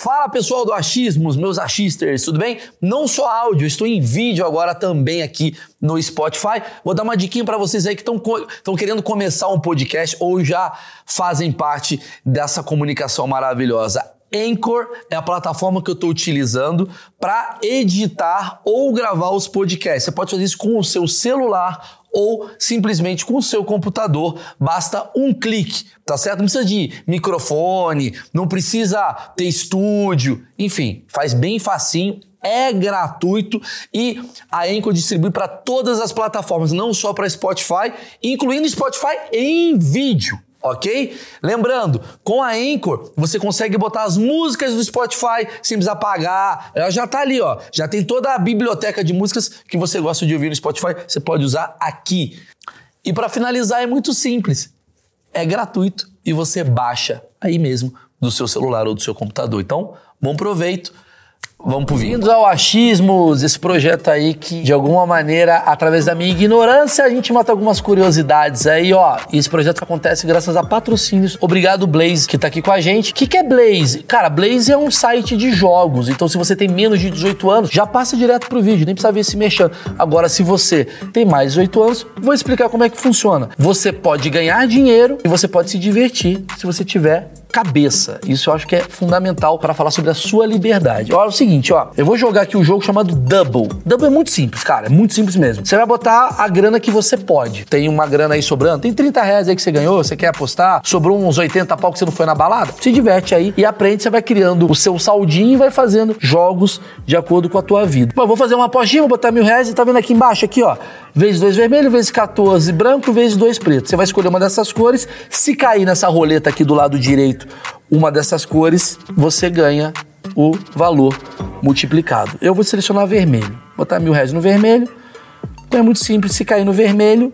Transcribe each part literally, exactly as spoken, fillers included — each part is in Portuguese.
Fala pessoal do Achismos, meus achisters, tudo bem? Não só áudio, estou em vídeo agora também aqui no Spotify. Vou dar uma diquinha para vocês aí que estão querendo começar um podcast ou já fazem parte dessa comunicação maravilhosa. Anchor é a plataforma que eu estou utilizando para editar ou gravar os podcasts. Você pode fazer isso com o seu celular ou simplesmente com o seu computador. Basta um clique, tá certo? Não precisa de microfone, não precisa ter estúdio, enfim, faz bem facinho. É gratuito e a Anchor distribui para todas as plataformas, não só para Spotify, incluindo Spotify em vídeo. Ok? Lembrando, com a Anchor, você consegue botar as músicas do Spotify sem precisar pagar. Ela já tá ali, ó. Já tem toda a biblioteca de músicas que você gosta de ouvir no Spotify. Você pode usar aqui. E para finalizar, é muito simples. É gratuito e você baixa aí mesmo do seu celular ou do seu computador. Então, bom proveito. Vamos pro vídeo. Bem-vindos ao Achismos, esse projeto aí que, de alguma maneira, através da minha ignorância, a gente mata algumas curiosidades aí, ó. E esse projeto acontece graças a patrocínios. Obrigado, Blaze, que tá aqui com a gente. O que, que é Blaze? Cara, Blaze é um site de jogos. Então, se você tem menos de dezoito anos, já passa direto pro vídeo, nem precisa ver se mexendo. Agora, se você tem mais de dezoito anos, vou explicar como é que funciona. Você pode ganhar dinheiro e você pode se divertir se você tiver cabeça. Isso eu acho que é fundamental para falar sobre a sua liberdade. Olha o seguinte, ó, eu vou jogar aqui um jogo chamado Double. Double é muito simples, cara, é muito simples mesmo. Você vai botar a grana que você pode. Tem uma grana aí sobrando, tem trinta reais aí que você ganhou, você quer apostar, sobrou uns oitenta pau que você não foi na balada, se diverte aí e aprende, você vai criando o seu saldinho e vai fazendo jogos de acordo com a tua vida. Bom, eu vou fazer uma apostinha, vou botar mil reais e tá vendo aqui embaixo, aqui ó, vezes dois vermelho, vezes quatorze branco, vezes dois preto. Você vai escolher uma dessas cores, se cair nessa roleta aqui do lado direito uma dessas cores, você ganha o valor multiplicado. Eu vou selecionar vermelho. Botar mil reais no vermelho. Então é muito simples. Se cair no vermelho,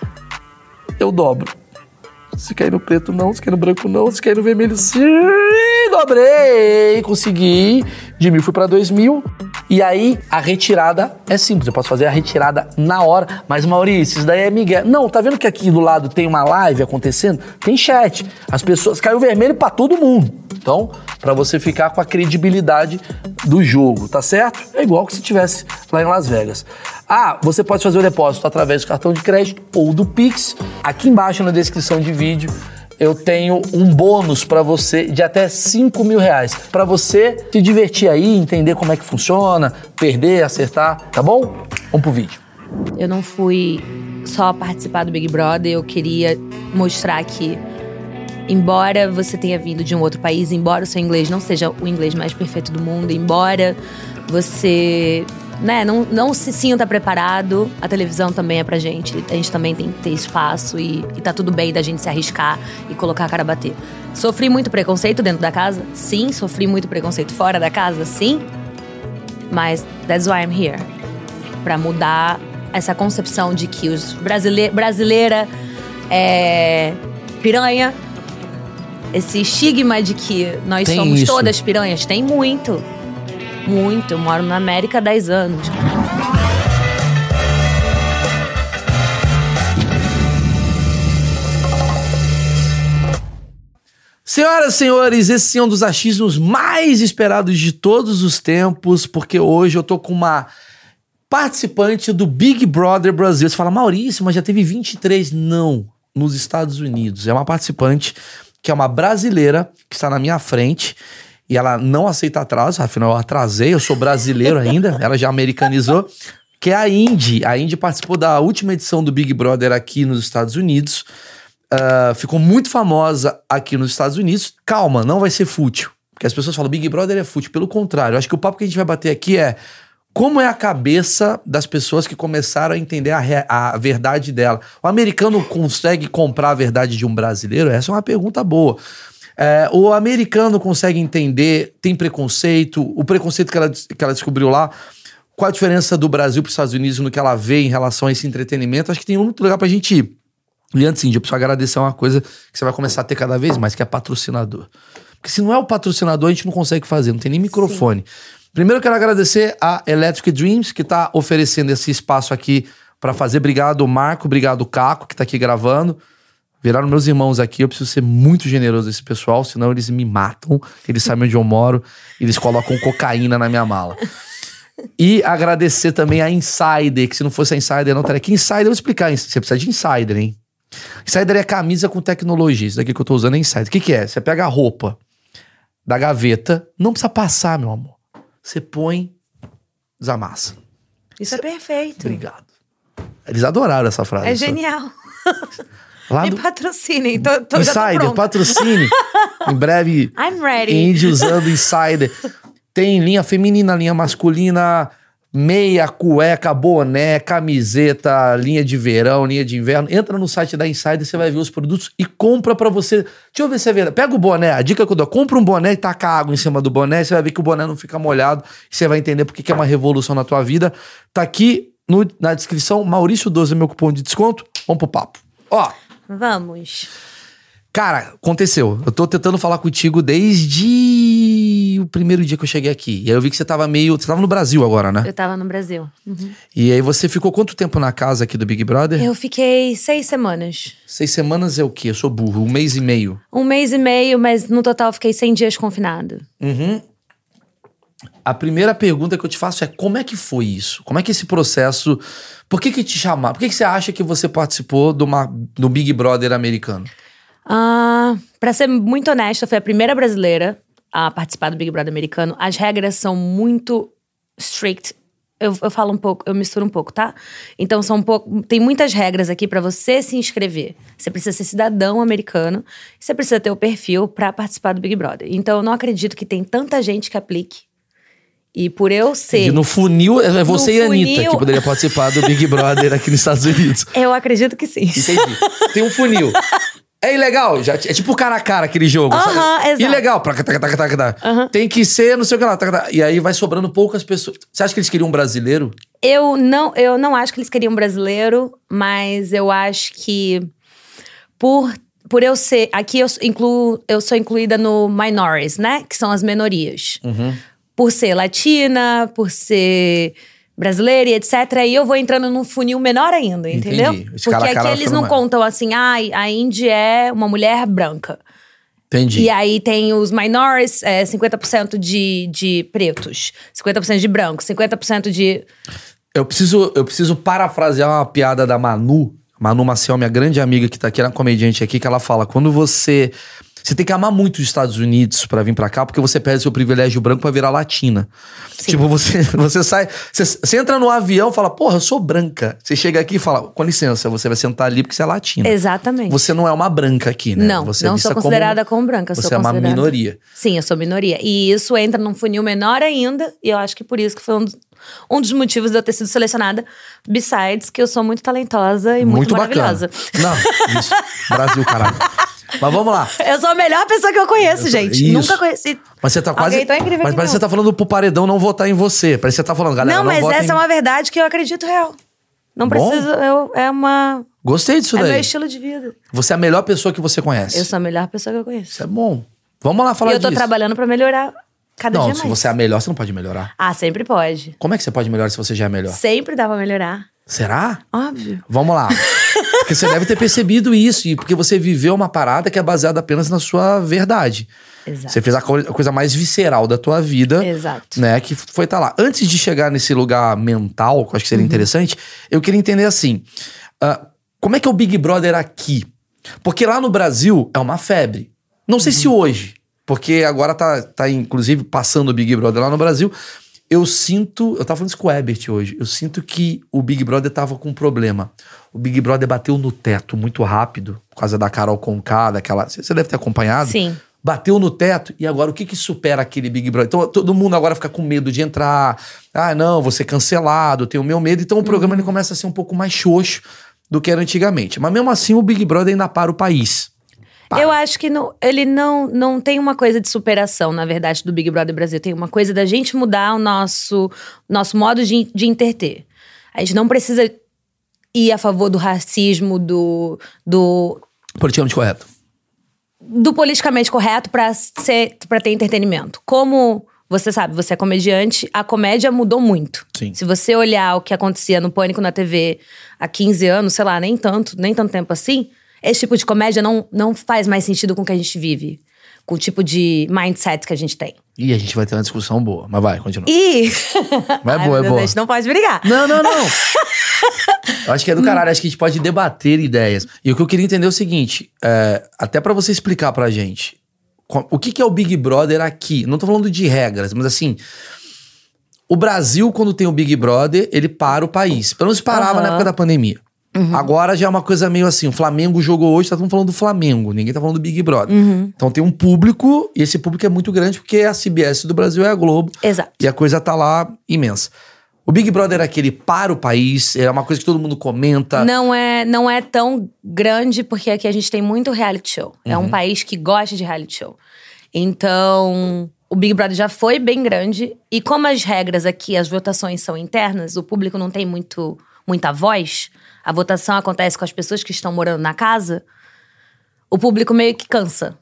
eu dobro. Se cair no preto, não. Se cair no branco, não. Se cair no vermelho, sim. Dobrei. Consegui. De mil fui para dois mil. E aí, a retirada é simples. Eu posso fazer a retirada na hora. Mas, Maurício, isso daí é migué. Não, tá vendo que aqui do lado tem uma live acontecendo? Tem chat. As pessoas... Caiu vermelho pra todo mundo. Então, pra você ficar com a credibilidade do jogo, tá certo? É igual que se tivesse lá em Las Vegas. Ah, você pode fazer o depósito através do cartão de crédito ou do Pix. Aqui embaixo na descrição de vídeo eu tenho um bônus pra você de até cinco mil reais. Pra você se divertir aí, entender como é que funciona, perder, acertar, tá bom? Vamos pro vídeo. Eu não fui só participar do Big Brother, eu queria mostrar que, embora você tenha vindo de um outro país, embora o seu inglês não seja o inglês mais perfeito do mundo, embora você... Né, não, não se sinta preparado, a televisão também é pra gente. A gente também tem que ter espaço e, e tá tudo bem da gente se arriscar e colocar a cara a bater. Sofri muito preconceito dentro da casa? Sim. Sofri muito preconceito fora da casa? Sim. Mas that's why I'm here. Pra mudar essa concepção de que os brasile- brasileira é piranha. Esse estigma de que nós Tem somos isso. todas piranhas. Tem muito. Muito, eu moro na América há dez anos. Senhoras e senhores, esse é um dos achismos mais esperados de todos os tempos, porque hoje eu tô com uma participante do Big Brother Brasil. Você fala, Maurício, mas já teve vinte e três. Não, nos Estados Unidos. É uma participante que é uma brasileira que está na minha frente. E ela não aceita atraso, afinal eu atrasei, eu sou brasileiro ainda, ela já americanizou, que é a Indy. A Indy participou da última edição do Big Brother aqui nos Estados Unidos, uh, ficou muito famosa aqui nos Estados Unidos. Calma, não vai ser fútil, porque as pessoas falam Big Brother é fútil, pelo contrário, eu acho que o papo que a gente vai bater aqui é como é a cabeça das pessoas que começaram a entender a, re- a verdade dela. O americano consegue comprar a verdade de um brasileiro? Essa é uma pergunta boa. É, o americano consegue entender, tem preconceito, o preconceito que ela, que ela descobriu lá, qual a diferença do Brasil para os Estados Unidos no que ela vê em relação a esse entretenimento. Acho que tem um muito legal pra gente ir. E antes, sim, eu preciso agradecer uma coisa que você vai começar a ter cada vez mais, que é patrocinador. Porque se não é o patrocinador, a gente não consegue fazer, não tem nem microfone. Sim. Primeiro eu quero agradecer a Electric Dreams, que tá oferecendo esse espaço aqui para fazer. Obrigado, Marco, obrigado, Caco, que tá aqui gravando. Viraram meus irmãos aqui, eu preciso ser muito generoso esse pessoal, senão eles me matam, eles sabem onde eu moro, eles colocam cocaína na minha mala. E agradecer também a Insider, que se não fosse a Insider não estaria aqui. Insider, eu vou explicar, você precisa de Insider, hein? Insider é camisa com tecnologia, isso daqui que eu tô usando é Insider. O que que é? Você pega a roupa da gaveta, não precisa passar, meu amor. Você põe, desamassa. Isso Cê... é perfeito. Obrigado. Eles adoraram essa frase. É genial. Lá Me do... patrocinem. Tô, tô, Insider, patrocine. Em breve, I'm ready. Indy usando Insider. Tem linha feminina, linha masculina, meia, cueca, boné, camiseta, linha de verão, linha de inverno. Entra no site da Insider, você vai ver os produtos e compra pra você. Deixa eu ver se é verdade. Pega o boné, a dica que eu dou. Compra um boné e taca água em cima do boné. Você vai ver que o boné não fica molhado. E você vai entender porque que é uma revolução na tua vida. Tá aqui no, na descrição. Maurício doze é meu cupom de desconto. Vamos pro papo. Ó. Vamos. Cara, aconteceu. Eu tô tentando falar contigo desde o primeiro dia que eu cheguei aqui. E aí eu vi que você tava meio... Você tava no Brasil agora, né? Eu tava no Brasil. Uhum. E aí você ficou quanto tempo na casa aqui do Big Brother? Eu fiquei seis semanas. Seis semanas é o quê? Eu sou burro. Um mês e meio. Um mês e meio, mas no total eu fiquei cem dias confinado. Uhum. A primeira pergunta que eu te faço é como é que foi isso? Como é que esse processo... Por que que te chamaram? Por que que você acha que você participou do, uma, do Big Brother americano? Ah, pra ser muito honesta, eu fui a primeira brasileira a participar do Big Brother americano. As regras são muito strict. Eu, eu falo um pouco, eu misturo um pouco, tá? Então são um pouco, tem muitas regras aqui pra você se inscrever. Você precisa ser cidadão americano. Você precisa ter o perfil pra participar do Big Brother. Então eu não acredito que tem tanta gente que aplique. E por eu ser... E no funil, é você no e a funil... Anitta que poderia participar do Big Brother aqui nos Estados Unidos. Eu acredito que sim. Entendi. Tem um funil. É ilegal, já, é tipo cara a cara aquele jogo. Aham, uh-huh, exato. Ilegal. Uh-huh. Tem que ser, não sei o que lá. E aí vai sobrando poucas pessoas. Você acha que eles queriam um brasileiro? Eu não, eu não acho que eles queriam um brasileiro, mas eu acho que por, por eu ser... Aqui eu, incluo, eu sou incluída no minorities, né? Que são as minorias. Uhum. Por ser latina, por ser brasileira e etcétera. E eu vou entrando num funil menor ainda, entendeu? Entendi. Esse Porque cara, aqui cara eles não mais. contam assim, ah, a Indy é uma mulher branca. Entendi. E aí tem os minorities, é, cinquenta por cento de, de pretos, cinquenta por cento de brancos, cinquenta por cento de... Eu preciso, eu preciso parafrasear uma piada da Manu. Manu Maciel, minha grande amiga que tá aqui, ela é comediante aqui, que ela fala, quando você... Você tem que amar muito os Estados Unidos pra vir pra cá, porque você perde seu privilégio branco pra virar latina. Sim. Tipo, você, você sai... Você, você entra no avião e fala, porra, eu sou branca. Você chega aqui e fala, com licença, você vai sentar ali porque você é latina. Exatamente. Você não é uma branca aqui, né? Não, você não é sou considerada como, como branca. Você sou é uma considerada... minoria. Sim, eu sou minoria. E isso entra num funil menor ainda, e eu acho que por isso que foi um dos, um dos motivos de eu ter sido selecionada. Besides, que eu sou muito talentosa e muito, muito maravilhosa. Bacana. Não, isso. Brasil, caralho. Mas vamos lá. Eu sou a melhor pessoa que eu conheço, eu sou... gente. Isso. Nunca conheci. Mas você tá quase. Alguém tão incrível mas que parece que você tá falando pro paredão não votar em você. Parece que você tá falando, galera. Não, não mas essa em... é uma verdade que eu acredito real. Não Bom. preciso. Eu, é uma. Gostei disso é daí. É meu estilo de vida. Você é a melhor pessoa que você conhece. Eu sou a melhor pessoa que eu conheço. Isso é bom. Vamos lá falar disso. E eu tô disso. trabalhando pra melhorar cada não, dia mais. Não, se você é a melhor, você não pode melhorar. Ah, sempre pode. Como é que você pode melhorar se você já é melhor? Sempre dá pra melhorar. Será? Óbvio. Vamos lá. Porque você deve ter percebido isso. E porque você viveu uma parada que é baseada apenas na sua verdade. Exato. Você fez a, co- a coisa mais visceral da tua vida. Exato. Né? Que foi estar tá lá. Antes de chegar nesse lugar mental, que eu acho que seria uhum. interessante, eu queria entender assim. Uh, como é que é o Big Brother aqui? Porque lá no Brasil é uma febre. Não sei uhum. se hoje. Porque agora tá, tá inclusive passando o Big Brother lá no Brasil. Eu sinto... Eu tava falando isso com o Ebert hoje. Eu sinto que o Big Brother tava com um problema. O Big Brother bateu no teto muito rápido. Por causa da Carol Conká, daquela... Você deve ter acompanhado. Sim. Bateu no teto. E agora, o que que supera aquele Big Brother? Então, todo mundo agora fica com medo de entrar. Ah, não, vou ser cancelado. Tenho o meu medo. Então, o programa uhum. ele começa a ser um pouco mais xoxo do que era antigamente. Mas, mesmo assim, o Big Brother ainda para o país. Para. Eu acho que não, ele não, não tem uma coisa de superação, na verdade, do Big Brother Brasil. Tem uma coisa da gente mudar o nosso, nosso modo de, de interter. A gente não precisa ir a favor do racismo, do... do politicamente correto. Do politicamente correto pra, ser, pra ter entretenimento. Como você sabe, você é comediante, a comédia mudou muito. Sim. Se você olhar o que acontecia no Pânico na T V há quinze anos, sei lá, nem tanto, nem tanto tempo assim... esse tipo de comédia não, não faz mais sentido com o que a gente vive. Com o tipo de mindset que a gente tem. E a gente vai ter uma discussão boa. Mas vai, continua. E... Mas é boa, Ai, é boa. A gente não pode brigar. Não, não, não. Eu acho que é do caralho. Acho que a gente pode debater ideias. E o que eu queria entender é o seguinte. É, até pra você explicar pra gente. O que, que é o Big Brother aqui? Não tô falando de regras, mas assim... O Brasil, quando tem o Big Brother, ele para o país. Pelo menos parava Uhum. na época da pandemia. Uhum. Agora já é uma coisa meio assim, o Flamengo jogou hoje, tá todo mundo falando do Flamengo, ninguém tá falando do Big Brother. Uhum. Então tem um público, e esse público é muito grande, porque a C B S do Brasil é a Globo. Exato. E a coisa tá lá imensa. O Big Brother é aquele para o país, é uma coisa que todo mundo comenta. Não é, não é tão grande, porque aqui a gente tem muito reality show. É um país que gosta de reality show. Então, o Big Brother já foi bem grande. E como as regras aqui, as votações são internas, o público não tem muito, muita voz... A votação acontece com as pessoas que estão morando na casa, o público meio que cansa.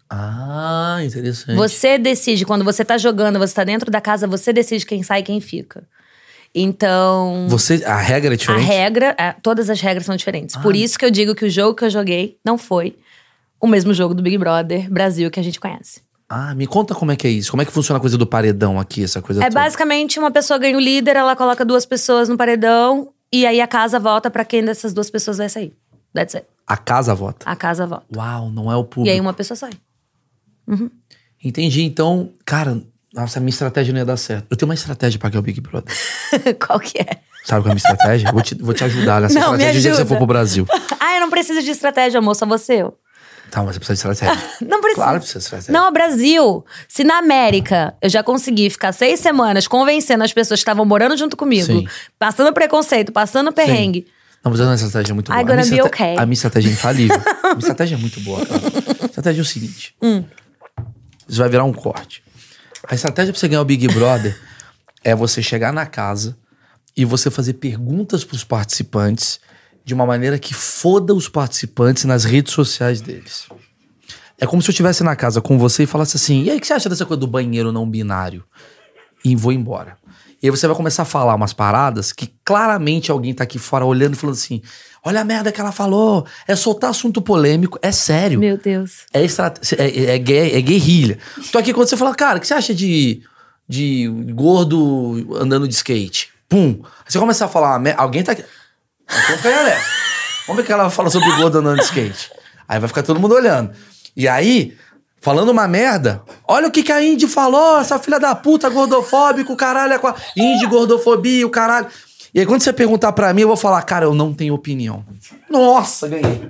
Ah, interessante. Você decide, quando você tá jogando, você tá dentro da casa, você decide quem sai e quem fica. Então... Você, a regra é diferente? A regra, é, todas as regras são diferentes. Ah. Por isso que eu digo que o jogo que eu joguei não foi o mesmo jogo do Big Brother Brasil que a gente conhece. Ah, me conta como é que é isso. Como é que funciona a coisa do paredão aqui, essa coisa É toda? basicamente uma pessoa ganha o líder, ela coloca duas pessoas no paredão... E aí a casa vota pra quem dessas duas pessoas vai sair. That's it. A casa vota? A casa vota. Uau, não é o público. E aí uma pessoa sai. Uhum. Entendi. Então, cara, nossa, a minha estratégia não ia dar certo. Eu tenho uma estratégia pra ganhar o Big Brother. Qual que é? Sabe qual é a minha estratégia? Vou te, vou te ajudar nessa não, estratégia o dia que você for pro Brasil. Ah, eu não preciso de estratégia, moça, você eu. Tá, mas você precisa de estratégia. Não precisa. Claro que precisa de estratégia. Não, Brasil. Se na América eu já consegui ficar seis semanas convencendo as pessoas que estavam morando junto comigo, Sim. passando preconceito, passando perrengue. Sim. Não, mas a minha estratégia é muito boa. I'm gonna be okay. A minha estratégia é infalível. A minha estratégia é muito boa, cara. A estratégia é o seguinte. Hum. Isso vai virar um corte. A estratégia pra você ganhar o Big Brother é você chegar na casa e você fazer perguntas pros participantes de uma maneira que foda os participantes nas redes sociais deles. É como se eu estivesse na casa com você e falasse assim, e aí, o que você acha dessa coisa do banheiro não binário? E vou embora. E aí você vai começar a falar umas paradas que claramente alguém tá aqui fora olhando e falando assim, olha a merda que ela falou, é soltar assunto polêmico, é sério. Meu Deus. É, estrat... é, é, é, é guerrilha. Tô aqui quando você fala, cara, o que você acha de, de gordo andando de skate? Pum. Aí você começa a falar, alguém tá aqui... Vamos ficar alerta. Vamos ver o que ela fala sobre o gordo andando de skate. Aí vai ficar todo mundo olhando. E aí, falando uma merda, olha o que, que a Indy falou, essa filha da puta, gordofóbico, caralho, é com a Indy, gordofobia, o caralho. E aí quando você perguntar pra mim, eu vou falar, cara, eu não tenho opinião. Nossa, ganhei.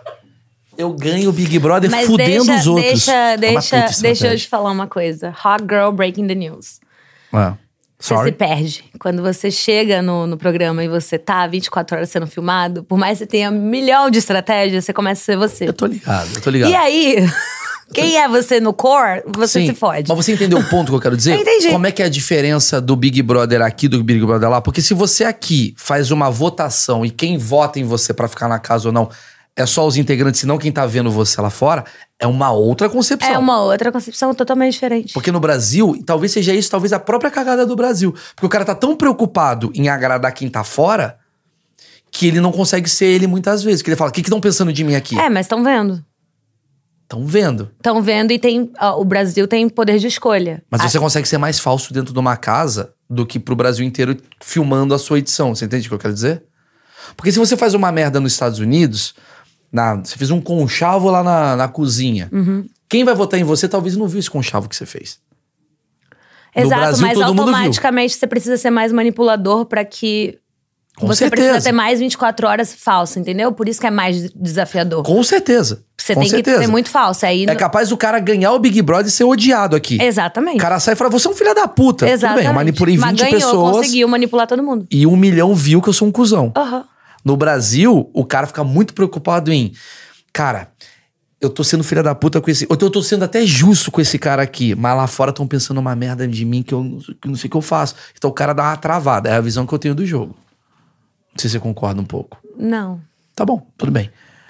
Eu ganho o Big Brother Mas fudendo deixa, os outros. Deixa, É deixa, deixa eu te falar uma coisa. Hot girl breaking the news. É. Você Sorry. se perde. Quando você chega no, no programa e você tá vinte e quatro horas sendo filmado, por mais que você tenha um milhão de estratégias, você começa a ser você. Eu tô ligado, eu tô ligado. E aí, quem é você no core, você Sim, se fode. Mas você entendeu o ponto que eu quero dizer? Eu entendi. Como é que é a diferença do Big Brother aqui do Big Brother lá? Porque se você aqui faz uma votação e quem vota em você pra ficar na casa ou não é só os integrantes e não quem tá vendo você lá fora, é uma outra concepção. É uma outra concepção totalmente diferente. Porque no Brasil, talvez seja isso, talvez a própria cagada do Brasil. Porque o cara tá tão preocupado em agradar quem tá fora que ele não consegue ser ele muitas vezes. Que ele fala, o que estão pensando de mim aqui? É, mas estão vendo. Estão vendo. Estão vendo e tem, ó, o Brasil tem poder de escolha. Mas Ah, você consegue ser mais falso dentro de uma casa do que pro Brasil inteiro filmando a sua edição. Você entende o que eu quero dizer? Porque se você faz uma merda nos Estados Unidos, na, você fez um conchavo lá na, na cozinha. Uhum. Quem vai votar em você talvez não viu esse conchavo que você fez. No Exato, Brasil, mas todo mundo viu. automaticamente você precisa ser mais manipulador pra que Com você certeza. precisa ter mais vinte e quatro horas falso, entendeu? Por isso que é mais desafiador. Com certeza. Você Com tem certeza. que ser muito falso. Aí É no- capaz do cara ganhar o Big Brother e ser odiado aqui. Exatamente. O cara sai e fala, você é um filho da puta. Exatamente. Tudo bem, eu manipulei Mas vinte ganhou, pessoas conseguiu manipular todo mundo. e um milhão viu que eu sou um cuzão. Aham. No Brasil, o cara fica muito preocupado em... Cara, eu tô sendo filha da puta com esse... Ou eu tô sendo até justo com esse cara aqui. Mas lá fora estão pensando uma merda de mim que eu não, que não sei o que eu faço. Então o cara dá uma travada. É a visão que eu tenho do jogo. Não sei se você concorda um pouco. Não. Tá bom, tudo bem.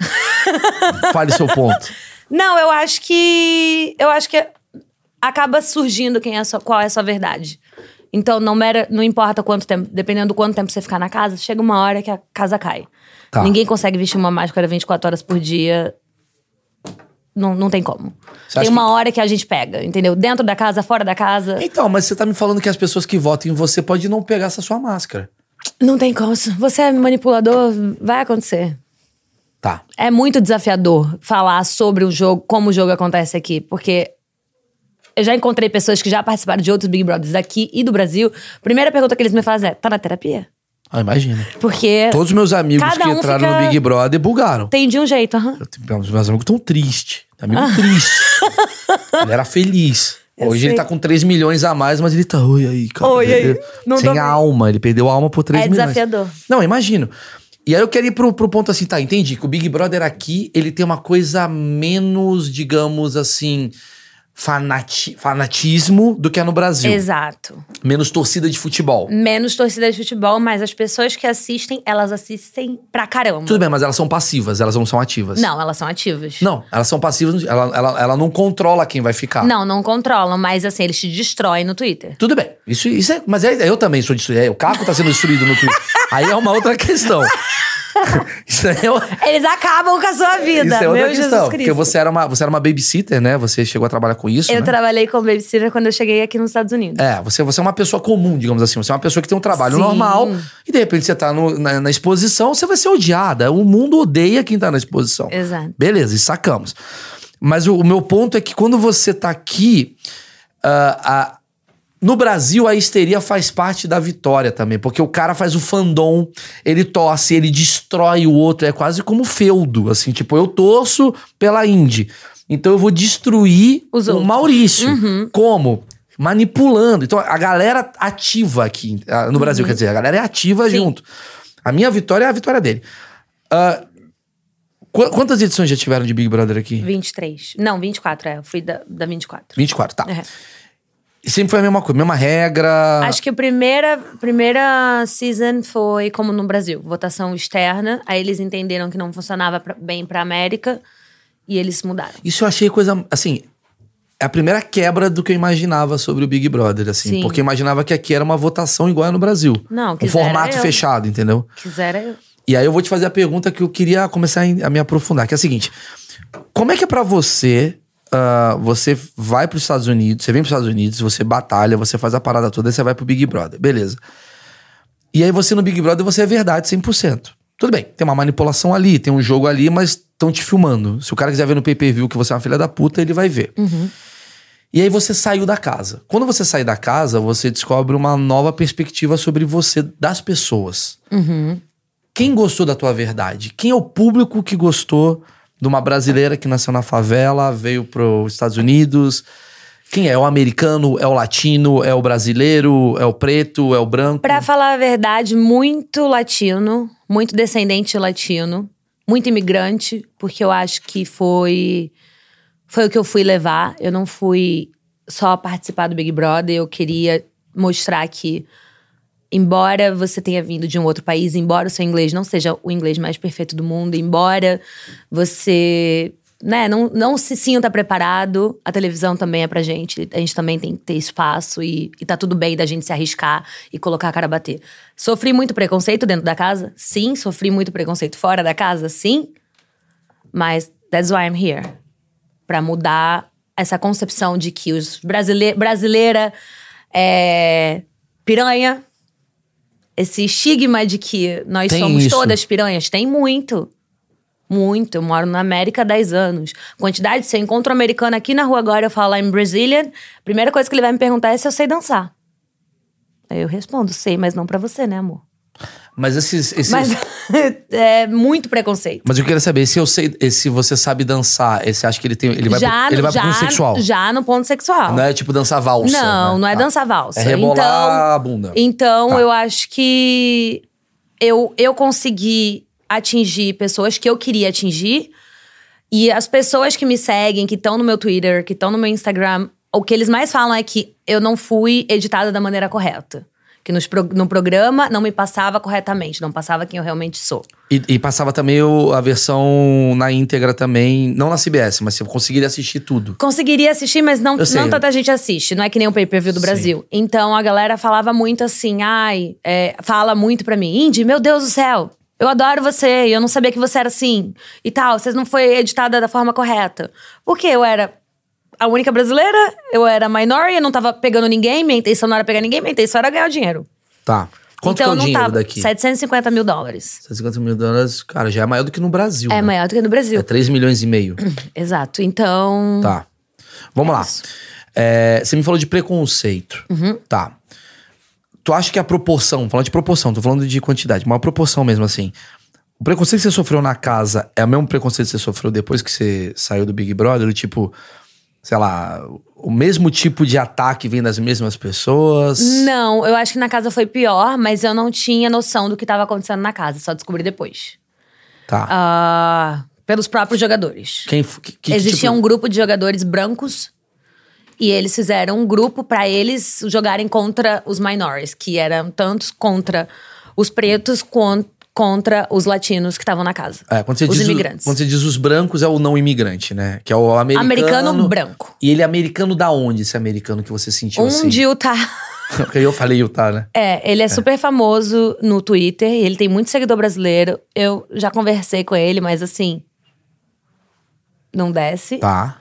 Fale seu ponto. Não, eu acho que... Eu acho que acaba surgindo quem é a sua, qual é a sua verdade. Então, não, mera, não importa quanto tempo, dependendo do quanto tempo você ficar na casa, chega uma hora que a casa cai. Tá. Ninguém consegue vestir uma máscara vinte e quatro horas por dia. Não, não tem como. Você tem uma que... hora que a gente pega, entendeu? Dentro da casa, fora da casa. Então, mas você tá me falando que as pessoas que votam em você podem não pegar essa sua máscara. Não tem como. Você é manipulador, vai acontecer. Tá. É muito desafiador falar sobre o jogo, como o jogo acontece aqui. Porque eu já encontrei pessoas que já participaram de outros Big Brothers daqui e do Brasil. Primeira pergunta que eles me fazem é, tá na terapia? Ah, imagina. Porque todos os meus amigos que um entraram fica... no Big Brother bugaram. Tem de um jeito, aham. Uhum. Os meus amigos estão tristes. Amigo ah. triste. Ele era feliz. Eu Hoje sei. Ele tá com três milhões a mais, mas ele tá... Oi aí, cara. Oi aí. Não Sem a alma. Ele perdeu a alma por três é milhões. É desafiador. Não, imagino. E aí eu quero ir pro, pro ponto assim, tá, entendi que o Big Brother aqui, ele tem uma coisa menos, digamos assim, fanati fanatismo do que é no Brasil. Exato. Menos torcida de futebol. Menos torcida de futebol, mas as pessoas que assistem, elas assistem pra caramba. Tudo bem, mas elas são passivas, elas não são ativas. Não, elas são ativas. Não, elas são passivas, ela, ela, ela não controla quem vai ficar. Não, não controlam, mas assim, eles te destroem no Twitter. Tudo bem, isso, isso é, mas é, eu também sou destruído, é, o Caco tá sendo destruído no Twitter. Aí é uma outra questão. Isso é uma... Eles acabam com a sua vida. Isso é outra meu questão. Jesus Porque você era, uma, você era uma babysitter, né? Você chegou a trabalhar com isso. Eu né? trabalhei como babysitter quando eu cheguei aqui nos Estados Unidos. É, você, você é uma pessoa comum, digamos assim. Você é uma pessoa que tem um trabalho Sim. normal. E de repente você tá no, na, na exposição, você vai ser odiada. O mundo odeia quem tá na exposição. Exato. Beleza, e sacamos. Mas o, o meu ponto é que quando você tá aqui. Uh, a, No Brasil, a histeria faz parte da vitória também. Porque o cara faz o fandom, ele torce, ele destrói o outro. É quase como feudo, assim. Tipo, eu torço pela Indy. Então eu vou destruir Os o outros. Maurício. Uhum. Como? Manipulando. Então a galera ativa aqui no Brasil, uhum. quer dizer, a galera é ativa Sim. junto. A minha vitória é a vitória dele. Uh, qu quantas edições já tiveram de Big Brother aqui? vinte e três. Não, vinte e quatro, é. Eu fui da, da vinte e quatro. vinte e quatro, tá. É. E sempre foi a mesma coisa, mesma regra? Acho que a primeira, primeira season foi como no Brasil, votação externa. Aí eles entenderam que não funcionava pra, bem pra América e eles mudaram. Isso eu achei coisa, assim, é a primeira quebra do que eu imaginava sobre o Big Brother, assim. Sim. Porque eu imaginava que aqui era uma votação igual no Brasil. Não, um formato eu. fechado, entendeu? Quisera eu. E aí eu vou te fazer a pergunta que eu queria começar a me aprofundar, que é a seguinte. Como é que é pra você... Uh, você vai para os Estados Unidos, você vem para os Estados Unidos, você batalha, você faz a parada toda, aí você vai pro Big Brother, beleza. E aí você no Big Brother, você é verdade cem por cento. Tudo bem, tem uma manipulação ali, tem um jogo ali, mas estão te filmando. Se o cara quiser ver no pay-per-view que você é uma filha da puta, ele vai ver. Uhum. E aí você saiu da casa. Quando você sai da casa, você descobre uma nova perspectiva sobre você, das pessoas. Uhum. Quem gostou da tua verdade? Quem é o público que gostou de uma brasileira que nasceu na favela, veio pros Estados Unidos? Quem é? É o americano? É o latino? É o brasileiro? É o preto? É o branco? Pra falar a verdade, muito latino, muito descendente latino, muito imigrante, porque eu acho que foi, foi o que eu fui levar. Eu não fui só participar do Big Brother, eu queria mostrar que, embora você tenha vindo de um outro país, embora o seu inglês não seja o inglês mais perfeito do mundo, embora você, né, não, não se sinta preparado, a televisão também é pra gente. A gente também tem que ter espaço e, e tá tudo bem da gente se arriscar e colocar a cara a bater. Sofri muito preconceito dentro da casa? Sim. Sofri muito preconceito fora da casa? Sim. Mas that's why I'm here. Pra mudar essa concepção de que os brasile brasileira é piranha. Esse estigma de que nós tem somos isso. Todas piranhas. Tem muito. Muito. Eu moro na América há dez anos. Quantidade, se eu encontro um americano aqui na rua agora, eu falo I'm Brazilian, a primeira coisa que ele vai me perguntar é se eu sei dançar. Aí eu respondo, sei, mas não pra você, né, amor? Mas esses... esses... Mas é muito preconceito. Mas eu queria saber, se eu sei, se você sabe dançar, você acha que ele tem... Ele vai, já pro, ele no, vai já, pro ponto sexual? Já no ponto sexual. Não é tipo dançar valsa? Não, né? não é ah. dançar valsa. É rebolar então, a bunda. Então, tá. eu acho que eu, eu consegui atingir pessoas que eu queria atingir. E as pessoas que me seguem, que estão no meu Twitter, que estão no meu Instagram, o que eles mais falam é que eu não fui editada da maneira correta. Que nos pro, no programa não me passava corretamente, não passava quem eu realmente sou. E, e passava também o, a versão na íntegra também, não na C B S, mas você conseguiria assistir tudo. Conseguiria assistir, mas não, não tanta gente assiste. Não é que nem o pay-per-view do Sim. Brasil. Então a galera falava muito assim, ai, é, fala muito pra mim, Indy, meu Deus do céu, eu adoro você, eu não sabia que você era assim. E tal, você não foi editada da forma correta. Porque eu era a única brasileira, eu era minority, eu não tava pegando ninguém, minha intenção não era pegar ninguém, minha intenção era ganhar dinheiro. Tá. Quanto então, que é o não dinheiro tava, daqui? setecentos e cinquenta mil dólares. setecentos e cinquenta mil dólares, cara, já é maior do que no Brasil. É né? maior do que no Brasil. É três milhões e meio. Exato, então… Tá. Vamos é lá. isso. É, você me falou de preconceito. Uhum. Tá. Tu acha que a proporção, falando de proporção, tô falando de quantidade, uma proporção mesmo assim. O preconceito que você sofreu na casa é o mesmo preconceito que você sofreu depois que você saiu do Big Brother? Do tipo… Sei lá, o mesmo tipo de ataque vem das mesmas pessoas? Não, eu acho que na casa foi pior, mas eu não tinha noção do que estava acontecendo na casa, só descobri depois. Tá. Ah, pelos próprios jogadores. Quem, que, que Existia tipo... um grupo de jogadores brancos e eles fizeram um grupo pra eles jogarem contra os minorities, que eram tantos contra os pretos quanto contra os latinos que estavam na casa. É, quando você os diz imigrantes. O, quando você diz os brancos, é o não imigrante, né? Que é o americano. Americano branco. E ele é americano da onde, esse americano que você sentiu Um assim? de Utah. Porque eu falei Utah, né? É, ele é, é super famoso no Twitter. Ele tem muito seguidor brasileiro. Eu já conversei com ele, mas assim… Não desce. Tá.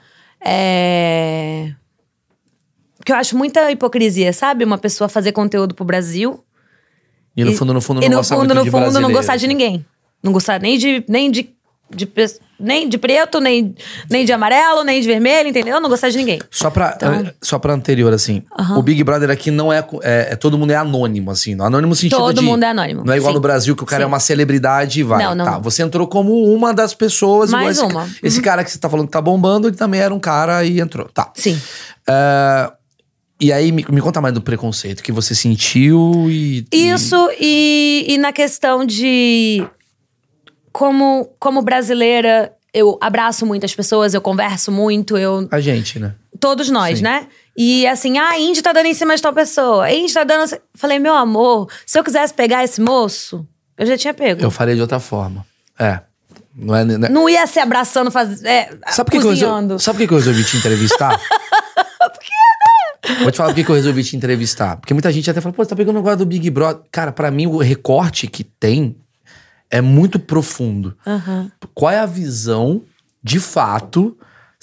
É… Porque eu acho muita hipocrisia, sabe? Uma pessoa fazer conteúdo pro Brasil… E no fundo, no fundo, e não no gostar fundo, muito no de fundo, brasileiro. não gostar de ninguém. Não gostar nem de… Nem de, de, nem de preto, nem, nem de amarelo, nem de vermelho, entendeu? Não gostar de ninguém. Só pra, Então- eh, só pra anterior, assim. Aham. O Big Brother aqui não é, é, é… Todo mundo é anônimo, assim. Anônimo no sentido Todo de… mundo é anônimo, Não é igual sim. no Brasil, que o cara Sim. é uma celebridade e vai. Não, não, Tá, não. você entrou como uma das pessoas. Mais igual esse, uma. Esse cara que você tá falando que tá bombando, ele também era um cara e entrou. Tá. Sim. Eh, E aí, me, me conta mais do preconceito que você sentiu e… e- Isso e, e na questão de… Como, como brasileira, eu abraço muitas pessoas, eu converso muito, eu… A gente, né? Todos nós, Sim. né? E assim, ah, a Indy tá dando em cima de tal pessoa. A Indy tá dando… Falei, meu amor, se eu quisesse pegar esse moço, eu já tinha pego. Eu faria de outra forma. É. Não é… Não é... Não ia se abraçando, faz, é, Sabe por que que eu cozinhando. resolvi, sabe por que que eu resolvi te entrevistar? Por quê, né? Vou te falar por que que eu resolvi te entrevistar. Porque muita gente até fala, pô, você tá pegando agora do Big Brother. Cara, pra mim, o recorte que tem é muito profundo. Uhum. Qual é a visão, de fato,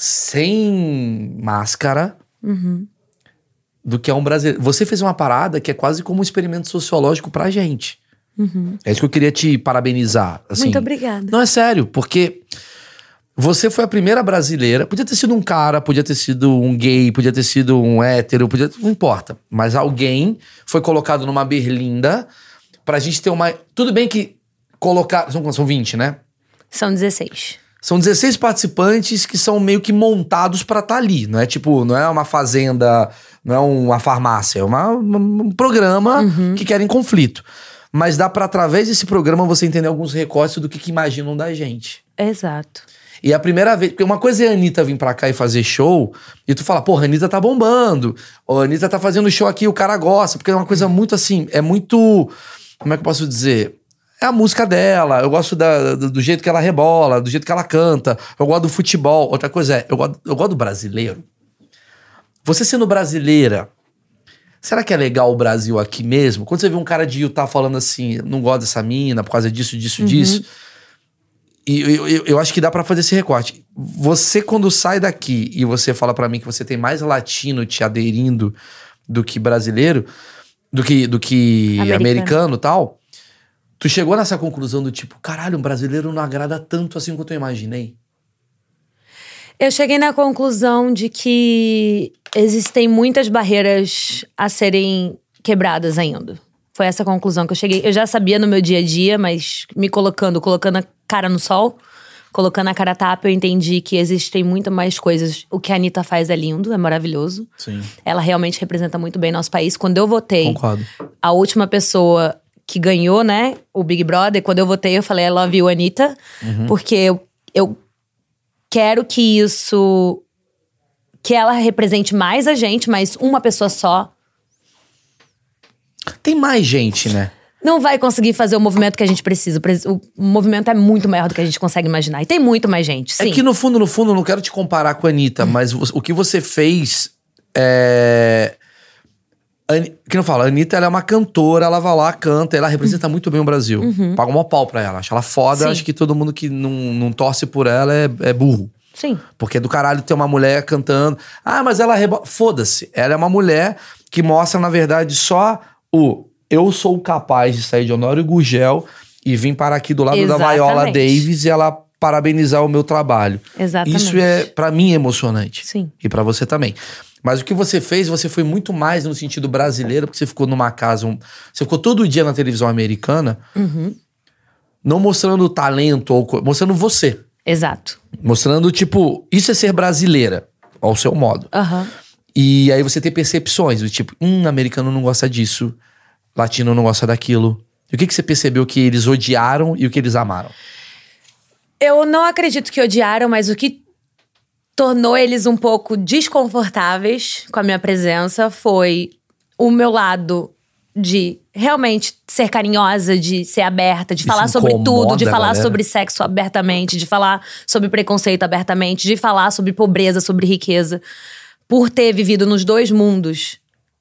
sem máscara, Uhum. do que é um brasileiro? Você fez uma parada que é quase como um experimento sociológico pra gente. Uhum. É isso que eu queria te parabenizar. Assim. Muito obrigada. Não, é sério, porque você foi a primeira brasileira. Podia ter sido um cara, podia ter sido um gay, podia ter sido um hétero, podia, não importa. Mas alguém foi colocado numa berlinda pra gente ter uma… Tudo bem que colocar… São, são vinte, né? São dezesseis. São dezesseis participantes que são meio que montados pra estar ali. Não é tipo, não é uma fazenda, não é uma farmácia. É uma, um programa Uhum. que querem conflito. Mas dá pra, através desse programa, você entender alguns recortes do que, que imaginam da gente. Exato. E é a primeira vez… Porque uma coisa é a Anitta vir pra cá e fazer show, e tu fala, porra, a Anitta tá bombando. Ou a Anitta tá fazendo show aqui, o cara gosta. Porque é uma coisa muito assim, é muito… Como é que eu posso dizer? É a música dela, eu gosto da, do, do jeito que ela rebola, do jeito que ela canta, eu gosto do futebol. Outra coisa é, eu gosto, eu gosto do brasileiro. Você sendo brasileira, será que é legal o Brasil aqui mesmo? Quando você vê um cara de Utah falando assim, não gosto dessa mina por causa disso, disso, Uhum. disso. E eu, eu, eu acho que dá pra fazer esse recorte. Você, quando sai daqui e você fala pra mim que você tem mais latino te aderindo do que brasileiro, do que, do que americano e tal, tu chegou nessa conclusão do tipo, caralho, um brasileiro não agrada tanto assim quanto eu imaginei? Eu cheguei na conclusão de que existem muitas barreiras a serem quebradas ainda. Foi essa conclusão que eu cheguei. Eu já sabia no meu dia a dia, mas me colocando, colocando a cara no sol, colocando a cara a tapa, eu entendi que existem muito mais coisas. O que a Anitta faz é lindo, é maravilhoso. Sim. Ela realmente representa muito bem nosso país. Quando eu votei, Concordo. a última pessoa que ganhou, né, o Big Brother, quando eu votei, eu falei, I love you, Anitta. Uhum. Porque eu, eu quero que isso… Que ela represente mais a gente, mas uma pessoa só… Tem mais gente, né? Não vai conseguir fazer o movimento que a gente precisa. O movimento é muito maior do que a gente consegue imaginar. E tem muito mais gente, sim. É que no fundo, no fundo, eu não quero te comparar com a Anitta, mas o que você fez é... Que não fala, a Anitta, ela é uma cantora, ela vai lá, canta, ela representa uhum. muito bem o Brasil. Uhum. Paga um pau pra ela, acho ela foda, sim. Acho que todo mundo que não, não torce por ela é, é burro. Sim. Porque é do caralho ter uma mulher cantando. Ah, mas ela... Rebo... Foda-se. Ela é uma mulher que mostra, na verdade, só o... Eu sou capaz de sair de Honório Gurgel e vim parar aqui do lado Exatamente. Da Viola Davis e ela parabenizar o meu trabalho. Exatamente. Isso é, pra mim, emocionante. Sim. E pra você também. Mas o que você fez, você foi muito mais no sentido brasileiro, porque você ficou numa casa... Um... Você ficou todo dia na televisão americana, uhum. não mostrando talento, ou mostrando você. Exato. Mostrando, tipo, isso é ser brasileira, ao seu modo. Uhum. E aí você tem percepções, do tipo, hum, americano não gosta disso, latino não gosta daquilo. E o que, que você percebeu que eles odiaram e o que eles amaram? Eu não acredito que odiaram, mas o que tornou eles um pouco desconfortáveis com a minha presença foi o meu lado de realmente ser carinhosa, de ser aberta, de Isso falar sobre tudo, de falar galera. sobre sexo abertamente, de falar sobre preconceito abertamente, de falar sobre pobreza, sobre riqueza. Por ter vivido nos dois mundos,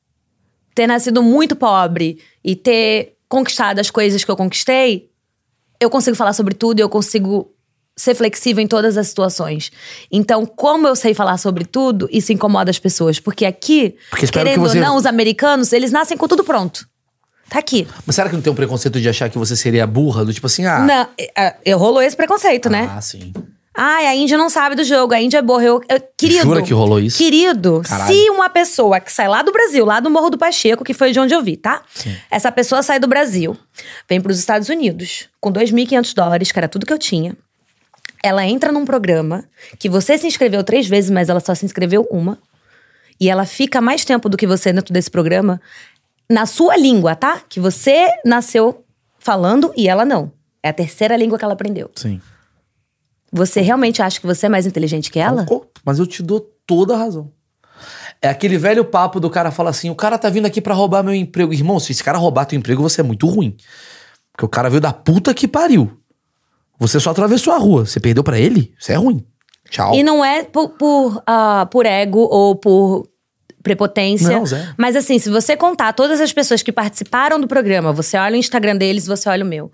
ter nascido muito pobre e ter conquistado as coisas que eu conquistei, eu consigo falar sobre tudo e eu consigo ser flexível em todas as situações. Então, como eu sei falar sobre tudo, isso incomoda as pessoas. Porque aqui, Porque querendo você... ou não, os americanos, eles nascem com tudo pronto. Tá aqui. Mas será que não tem um preconceito de achar que você seria burra? Do tipo assim, ah... Não, eu rolou esse preconceito, ah, né? Ah, sim. Ai, a Índia não sabe do jogo, a Índia é burra. Eu, eu, querido, Jura que rolou isso? Querido, Caralho. Se uma pessoa que sai lá do Brasil, lá do Morro do Pacheco, que foi de onde eu vi, tá? Sim. Essa pessoa sai do Brasil, vem pros Estados Unidos, com dois mil e quinhentos dólares, que era tudo que eu tinha. Ela entra num programa que você se inscreveu três vezes, mas ela só se inscreveu uma. E ela fica mais tempo do que você dentro desse programa, na sua língua, tá? Que você nasceu falando e ela não. É a terceira língua que ela aprendeu. Sim. Você realmente acha que você é mais inteligente que ela? Oh, mas eu te dou toda a razão. É aquele velho papo do cara fala assim, o cara tá vindo aqui pra roubar meu emprego. Irmão, se esse cara roubar teu emprego, você é muito ruim. Porque o cara veio da puta que pariu. Você só atravessou a rua. Você perdeu pra ele? Você é ruim. Tchau. E não é por, por, uh, por ego ou por prepotência. Não, Zé. Mas assim, se você contar todas as pessoas que participaram do programa, você olha o Instagram deles, você olha o meu.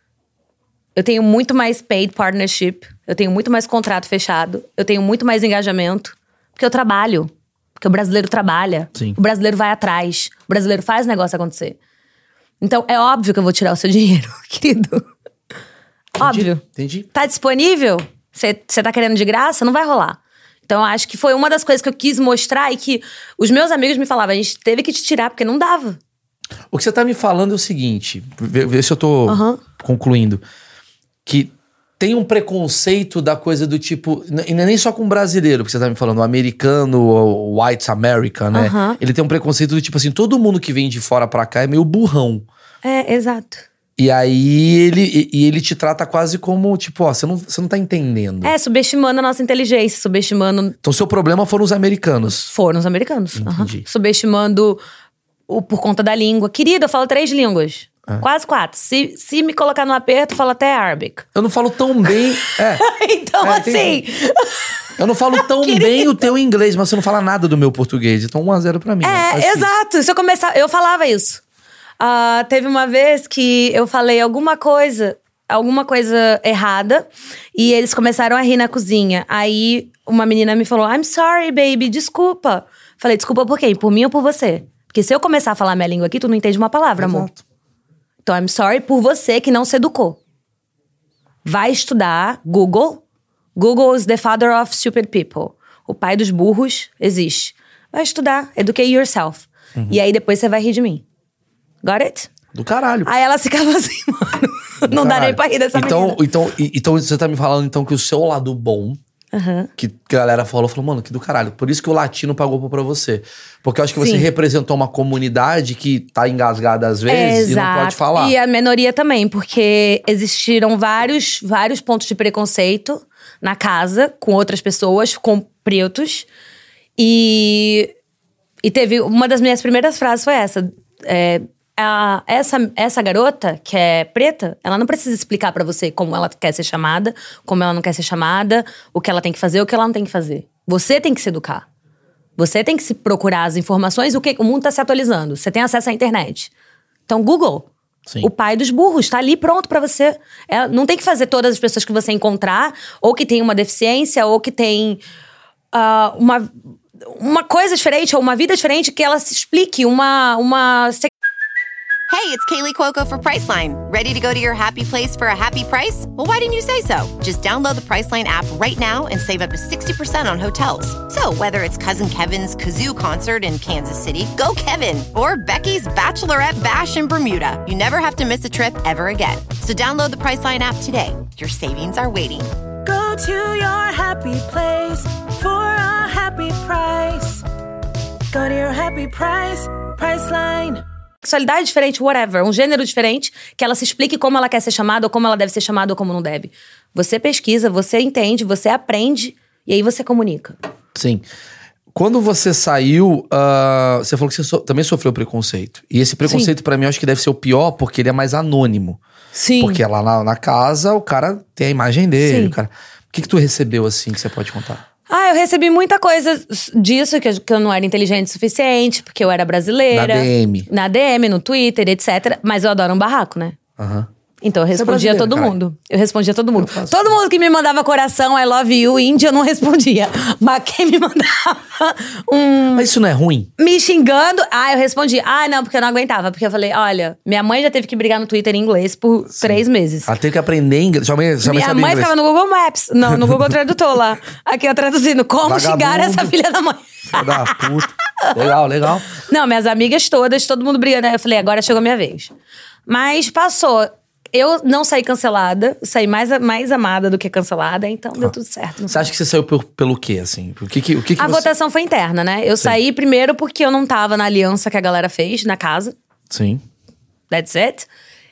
Eu tenho muito mais paid partnership. Eu tenho muito mais contrato fechado. Eu tenho muito mais engajamento. Porque eu trabalho. Porque o brasileiro trabalha. Sim. O brasileiro vai atrás. O brasileiro faz o negócio acontecer. Então, é óbvio que eu vou tirar o seu dinheiro, querido. Entendi, Óbvio. Entendi. Tá disponível? Você tá querendo de graça? Não vai rolar. Então, eu acho que foi uma das coisas que eu quis mostrar e que os meus amigos me falavam, a gente teve que te tirar porque não dava. O que você tá me falando é o seguinte, vê, vê se eu tô Uhum. concluindo. Que tem um preconceito da coisa do tipo... E não é nem só com o brasileiro que você tá me falando. O americano, o white American, né? Uhum. Ele tem um preconceito do tipo assim... Todo mundo que vem de fora pra cá é meio burrão. É, exato. E aí ele, e, e ele te trata quase como... Tipo, ó, você não, você não tá entendendo. É, subestimando a nossa inteligência. Subestimando... Então seu problema foram os americanos. Foram os americanos. Entendi. Uhum. Subestimando o, por conta da língua. Querida, eu falo três línguas. Ah. Quase quatro. Se, se me colocar no aperto, eu falo até árabe. Eu não falo tão bem... É, Então, É, assim... tem- eu não falo tão bem o teu inglês, mas você não fala nada do meu português. Então um a zero pra mim. né? É, Faz isso. exato. Se eu começar... Eu falava isso. Ah, teve uma vez que eu falei alguma coisa... Alguma coisa errada. E eles começaram a rir na cozinha. Aí, uma menina me falou... I'm sorry, baby. Desculpa. Falei, desculpa por quem? Por mim ou por você? Porque se eu começar a falar minha língua aqui, tu não entende uma palavra, amor. Exato. Então, I'm sorry por você que não se educou. Vai estudar Google. Google is the father of stupid people. O pai dos burros existe. Vai estudar. Educate yourself. Uhum. E aí, depois você vai rir de mim. Got it? Do caralho. Aí ela ficava assim, mano. Do Não dá caralho. nem pra rir dessa então, menina. então, e- então você tá me falando então que o seu lado bom, Uhum. que a galera falou, falou, mano, que do caralho. Por isso que o latino pagou pra você. Porque eu acho que você Sim. representou uma comunidade que tá engasgada às vezes É, e não pode exato. falar. E a minoria também, porque existiram vários, vários pontos de preconceito na casa, com outras pessoas, com pretos. E, e teve... Uma das minhas primeiras frases foi essa. É, a, essa, essa garota, que é preta, ela não precisa explicar pra você como ela quer ser chamada, como ela não quer ser chamada, o que ela tem que fazer, o que ela não tem que fazer. Você tem que se educar. Você tem que se procurar as informações, o que o mundo tá se atualizando. Você tem acesso à internet. Então, Google, Sim. o pai dos burros, tá ali pronto pra você. É, não tem que fazer todas as pessoas que você encontrar, ou que tem uma deficiência, ou que tem uh, uma, uma coisa diferente, ou uma vida diferente, que ela se explique, uma... uma Hey, it's Kaylee Cuoco for Priceline. Ready to go to your happy place for a happy price? Well, why didn't you say so? Just download the Priceline app right now and save up to sixty percent on hotels. So whether it's Cousin Kevin's Kazoo Concert in Kansas City, go Kevin, or Becky's Bachelorette Bash in Bermuda, you never have to miss a trip ever again. So download the Priceline app today. Your savings are waiting. Go to your happy place for a happy price. Go to your happy price, Priceline. Sexualidade diferente, whatever, um gênero diferente, que ela se explique como ela quer ser chamada, ou como ela deve ser chamada, ou como não deve. Você pesquisa, você entende, você aprende, e aí você comunica. Sim. Quando você saiu, uh, você falou que você so- também sofreu preconceito. E esse preconceito, Sim. pra mim, eu acho que deve ser o pior, porque ele é mais anônimo. Sim. Porque lá na, na casa, o cara tem a imagem dele. Sim. O, cara... o que que tu recebeu, assim, que você pode contar? Ah, eu recebi muita coisa disso, que eu, que eu não era inteligente o suficiente, porque eu era brasileira. Na D M. Na D M, no Twitter, etcétera. Mas eu adoro um barraco, né? Aham. Uhum. Então eu respondia a todo caralho. mundo. Eu respondia a todo mundo. Todo mundo que me mandava coração, I love you, índia, eu não respondia. Mas quem me mandava um... Mas isso não é ruim? Me xingando, ah, eu respondia. Ah, não, porque eu não aguentava. Porque eu falei, olha, minha mãe já teve que brigar no Twitter em inglês por Sim. três meses. Ela teve que aprender inglês. Sua mãe, sua mãe minha sabia mãe inglês. ficava no Google Maps. Não, no Google Tradutor lá. Aqui eu traduzindo. Como Vagabundo. xingar essa filha da mãe. Filha da puta. Legal, legal. Não, minhas amigas todas, todo mundo brigando. Aí eu falei, agora chegou a minha vez. Mas passou. Eu não saí cancelada, saí mais, mais amada do que cancelada, então ah. deu tudo certo. Você acha que você saiu por, pelo quê, assim? O que que, o que que a você... votação foi interna, né? Eu Sim. saí primeiro porque eu não tava na aliança que a galera fez na casa. Sim. That's it.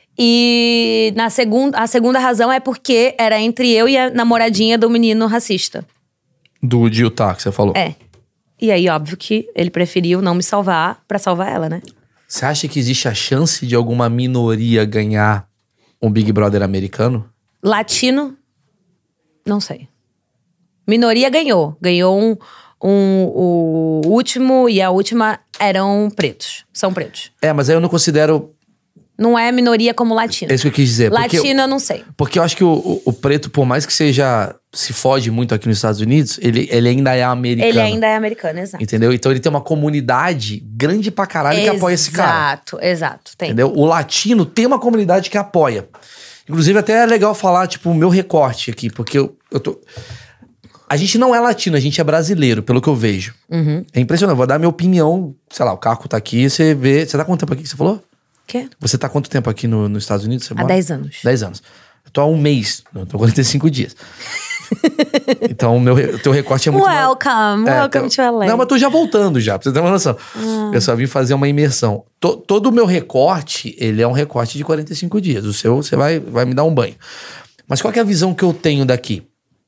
E na segunda, a segunda razão é porque era entre eu e a namoradinha do menino racista. Do de Utah, que você falou. É. E aí, óbvio que ele preferiu não me salvar pra salvar ela, né? Você acha que existe a chance de alguma minoria ganhar um Big Brother americano? Latino, não sei. Minoria ganhou. Ganhou um, um, o último e a última eram pretos. São pretos. É, mas aí eu não considero... Não é minoria como latino. É isso que eu quis dizer. Latino porque, eu não sei. Porque eu acho que o, o, o preto, por mais que seja... se foge muito aqui nos Estados Unidos, ele, ele ainda é americano. Ele ainda é americano, exato. Entendeu? Então ele tem uma comunidade grande pra caralho exato, que apoia esse cara. Exato, exato. Tem. Entendeu? O latino tem uma comunidade que apoia. Inclusive, até é legal falar, tipo, o meu recorte aqui, porque eu, eu tô... A gente não é latino, a gente é brasileiro, pelo que eu vejo. Uhum. É impressionante, eu vou dar minha opinião. Sei lá, o Caco tá aqui, você vê... Você tá quanto tempo aqui que você falou? Quê? Você tá quanto tempo aqui no, nos Estados Unidos? Você há mora? dez anos. dez anos. Eu tô há um mês, eu tô há quarenta e cinco dias. Então, o meu, o teu recorte é muito... Welcome, é, welcome então, to L A. Não, mas tô já voltando já, pra você ter uma noção. Ah. Eu só vim fazer uma imersão. To, todo o meu recorte, ele é um recorte de quarenta e cinco dias. O seu, você vai, vai me dar um banho. Mas qual que é a visão que eu tenho daqui?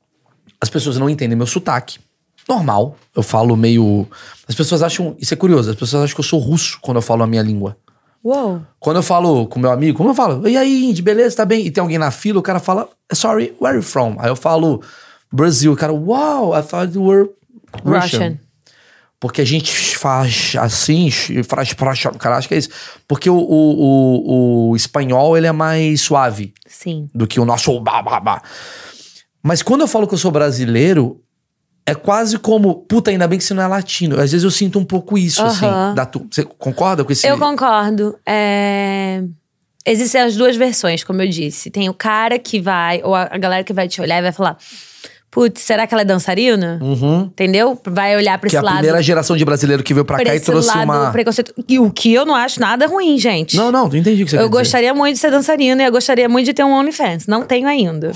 As pessoas não entendem meu sotaque. Normal, eu falo meio... As pessoas acham... Isso é curioso, as pessoas acham que eu sou russo quando eu falo a minha língua. Uou. Quando eu falo com meu amigo, como eu falo? E aí, Indy, beleza, tá bem? E tem alguém na fila, o cara fala, sorry, where are you from? Aí eu falo, Brasil. O cara, wow, I thought you were Russian. Russian. Porque a gente faz assim, faz praxa, o cara acha que é isso. Porque o, o, o, o espanhol, ele é mais suave. Sim. Do que o nosso bababá. Mas quando eu falo que eu sou brasileiro, é quase como, puta, ainda bem que você não é latino. Às vezes eu sinto um pouco isso, uhum. assim. Da tu... Você concorda com esse... Eu concordo. É... Existem as duas versões, como eu disse. Tem o cara que vai, ou a galera que vai te olhar e vai falar... Putz, será que ela é dançarina? Uhum. Entendeu? Vai olhar pra que esse lado... Que é a primeira geração de brasileiro que veio pra, pra cá e trouxe lado uma... preconceito. E o que eu não acho nada ruim, gente. Não, não, não entendi o que você Eu quer dizer. gostaria muito de ser dançarina e eu gostaria muito de ter um OnlyFans. Não tenho ainda.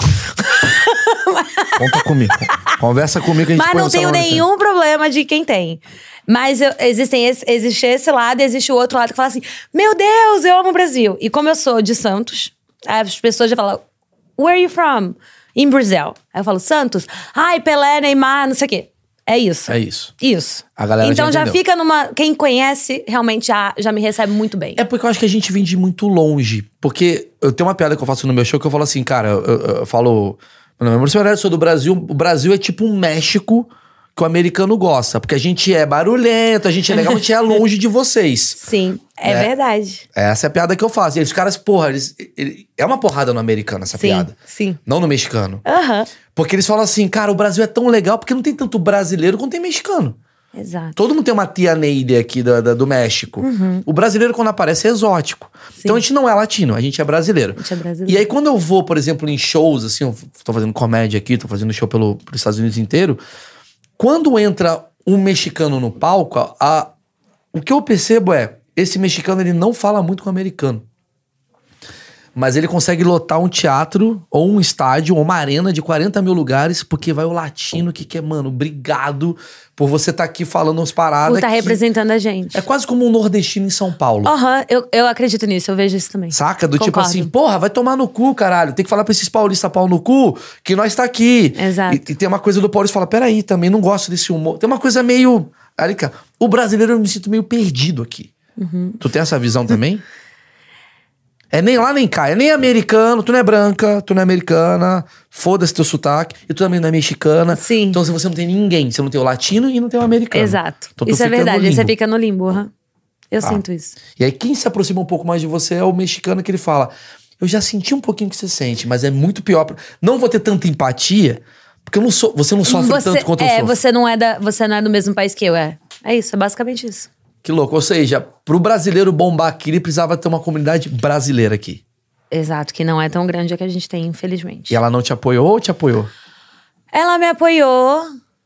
Conta comigo. Conversa comigo que a gente Mas não tenho nenhum problema de quem tem. Mas eu, existem esse, existe esse lado e existe o outro lado que fala assim... Meu Deus, eu amo o Brasil. E como eu sou de Santos, as pessoas já falam... Where are you from? In Brazil. Aí eu falo, Santos. Ai, Pelé, Neymar, não sei o quê. É isso. É isso. Isso. A galera então já já, entendeu. fica numa... Quem conhece, realmente já, já me recebe muito bem. É porque eu acho que a gente vem de muito longe. Porque eu tenho uma piada que eu faço no meu show que eu falo assim, cara, eu, eu, eu falo... Meu nome é eu sou do Brasil. O Brasil é tipo um México que o americano gosta. Porque a gente é barulhento, a gente é legal, a gente é longe de vocês. Sim, é, É. verdade. Essa é a piada que eu faço. E os caras, porra, eles, ele- é uma porrada no americano essa Sim, piada. sim. Não no mexicano. Aham. Porque eles falam assim, cara, o Brasil é tão legal porque não tem tanto brasileiro quanto tem mexicano. Exato. Todo mundo tem uma tia Neide aqui da, da- do México. Uhum. O brasileiro, quando aparece, é exótico. Então a gente não é latino, a gente é brasileiro. A gente é brasileiro. E aí, quando eu vou, por exemplo, em shows, assim, eu tô fazendo comédia aqui, tô fazendo show pelo, pelos Estados Unidos inteiro. Quando entra um mexicano no palco, a- a- o que eu percebo é, esse mexicano, ele não fala muito com o americano. Mas ele consegue lotar um teatro, ou um estádio, ou uma arena de quarenta mil lugares, porque vai o latino que quer, mano, obrigado por você estar aqui falando umas paradas. Por estar que representando a gente. É quase como um nordestino em São Paulo. Aham, eu, eu acredito nisso, eu vejo isso também. Saca? Do tipo Concordo. assim, porra, vai tomar no cu, caralho. Tem que falar pra esses paulistas pau no cu que nós tá aqui. Exato. E, e tem uma coisa do paulista que fala, peraí, também não gosto desse humor. Tem uma coisa meio... Ali, cara, o brasileiro eu me sinto meio perdido aqui. Uhum. Tu tem essa visão também? É nem lá nem cá, é nem americano, tu não é branca, tu não é americana, foda-se teu sotaque, e tu também não é mexicana. Sim. Então se você não tem ninguém, você não tem o latino e não tem o americano. Exato. Então, tu isso é fica no verdade, aí você limbo. fica no limbo. aham. Eu Tá. sinto isso. E aí quem se aproxima um pouco mais de você é o mexicano que ele fala, eu já senti um pouquinho o que você sente, mas é muito pior. pra- Não vou ter tanta empatia, porque eu não sou, você não sofre Você, tanto quanto eu é, sofro. você não é da, você não é do mesmo país que eu, é. É isso, é basicamente isso. Que louco. Ou seja, pro brasileiro bombar aqui, ele precisava ter uma comunidade brasileira aqui. Exato, que não é tão grande a que a gente tem, infelizmente. E ela não te apoiou ou te apoiou? Ela me apoiou,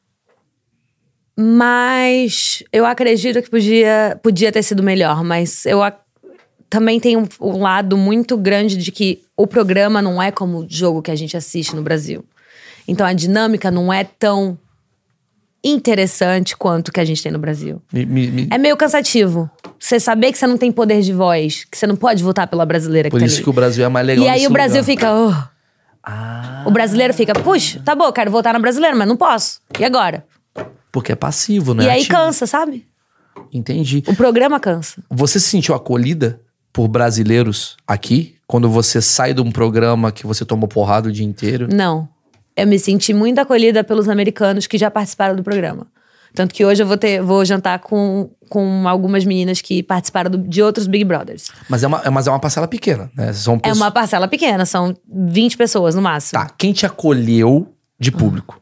mas eu acredito que podia, podia ter sido melhor. Mas eu ac- também tem um, um lado muito grande de que o programa não é como o jogo que a gente assiste no Brasil. Então a dinâmica não é tão interessante quanto que a gente tem no Brasil. Me- me- me- É meio cansativo. Você saber que você não tem poder de voz, que você não pode votar pela brasileira Por que tá isso ali. que o Brasil é mais legal E aí nesse o Brasil lugar. fica. "Oh." Ah, O brasileiro fica, puxa, tá bom, eu quero votar na brasileira, mas não posso. E agora? porque é passivo, né? e aí Ativo. cansa, sabe? Entendi. O programa cansa. Você se sentiu acolhida por brasileiros aqui? Quando você sai de um programa que você tomou porrada o dia inteiro? Não. Eu me senti muito acolhida pelos americanos que já participaram do programa. Tanto que hoje eu vou, ter, vou jantar com, com algumas meninas que participaram do- de outros Big Brothers. Mas é uma, é- mas é uma parcela pequena, né? São É pessoas... uma parcela pequena, são vinte pessoas no máximo. Tá, quem te acolheu de público?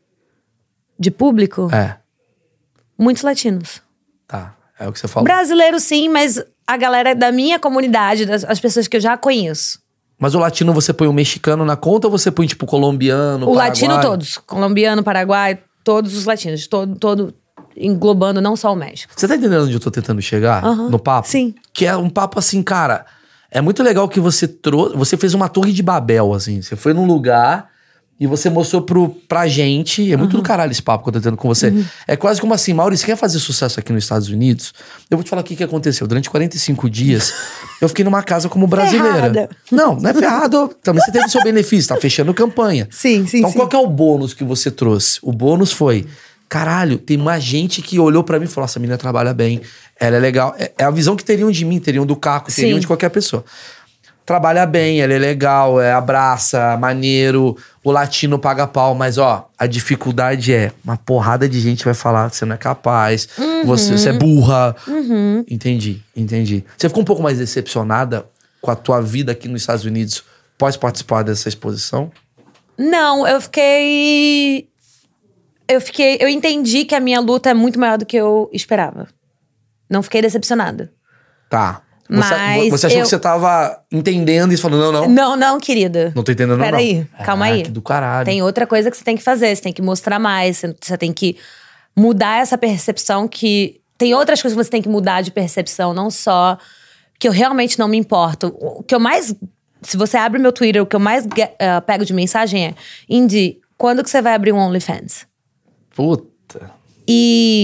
De público, É, muitos latinos. tá. É o que você falou. Brasileiro sim, mas a galera da minha comunidade, das, as pessoas que eu já conheço. Mas o latino você põe o mexicano na conta ou você põe tipo colombiano, O paraguaio? latino todos. Colombiano, Paraguai, todos os latinos. Todo, todo englobando não só o México. Você tá entendendo onde eu tô tentando chegar? Aham, No papo? sim. Que é um papo assim, cara... É muito legal que você trouxe... Você fez uma torre de Babel, assim. Você foi num lugar e você mostrou pro, pra gente... É muito do caralho esse papo que eu tô tendo com você. É quase como assim, Maurício, quer fazer sucesso aqui nos Estados Unidos? Eu vou te falar o que, que aconteceu. Durante quarenta e cinco dias, eu fiquei numa casa como brasileira. Ferrada. Não, não é ferrado. Também você teve o seu benefício, tá fechando campanha. Sim, sim, Então sim. qual que é o bônus que você trouxe? O bônus foi... Caralho, tem mais gente que olhou pra mim e falou: essa menina trabalha bem, ela é legal. É, é a visão que teriam de mim, teriam do Caco, teriam Sim. de qualquer pessoa. Trabalha bem, ela é legal, é abraça, maneiro, o latino paga pau, mas ó, a dificuldade é uma porrada de gente vai falar: você não é capaz, você, você é burra. Entendi, entendi. Você ficou um pouco mais decepcionada com a tua vida aqui nos Estados Unidos pós participar dessa exposição? Não, eu fiquei. Eu fiquei. Eu entendi que a minha luta é muito maior do que eu esperava. Não fiquei decepcionada. Tá. Você, Mas você achou eu- que você tava entendendo isso, falando: não, não. Não, não, querida. Não tô entendendo, não. Peraí, não. calma Ah, aí. que do caralho. Tem outra coisa que você tem que fazer. Você tem que mostrar mais. Você, você tem que mudar essa percepção que... Tem outras coisas que você tem que mudar de percepção. Não só que eu realmente não me importo. O que eu mais... Se você abre meu Twitter, o que eu mais ge- eh, pego de mensagem é: Indy, quando que você vai abrir um OnlyFans? Puta. E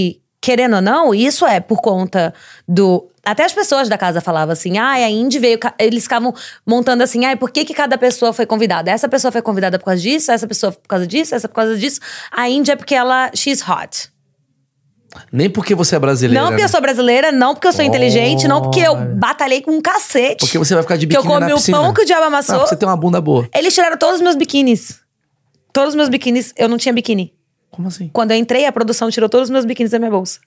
querendo ou não, isso é por conta do... Até as pessoas da casa falavam assim, ai, a Indy veio... Eles ficavam montando assim, ai, por que que cada pessoa foi convidada? Essa pessoa foi convidada por causa disso, essa pessoa por causa disso, essa por causa disso. A Indy é porque ela... She's hot. Nem porque você é brasileira. Não porque né? eu sou brasileira, não porque eu sou Olha. inteligente, não porque eu batalhei com um cacete. Porque você vai ficar de biquíni que eu comi na piscina. o pão que o diabo amassou. Não, porque você tem uma bunda boa. Eles tiraram todos os meus biquínis. Todos os meus biquínis, eu não tinha biquíni. Como assim? Quando eu entrei, a produção tirou todos os meus biquínis da minha bolsa.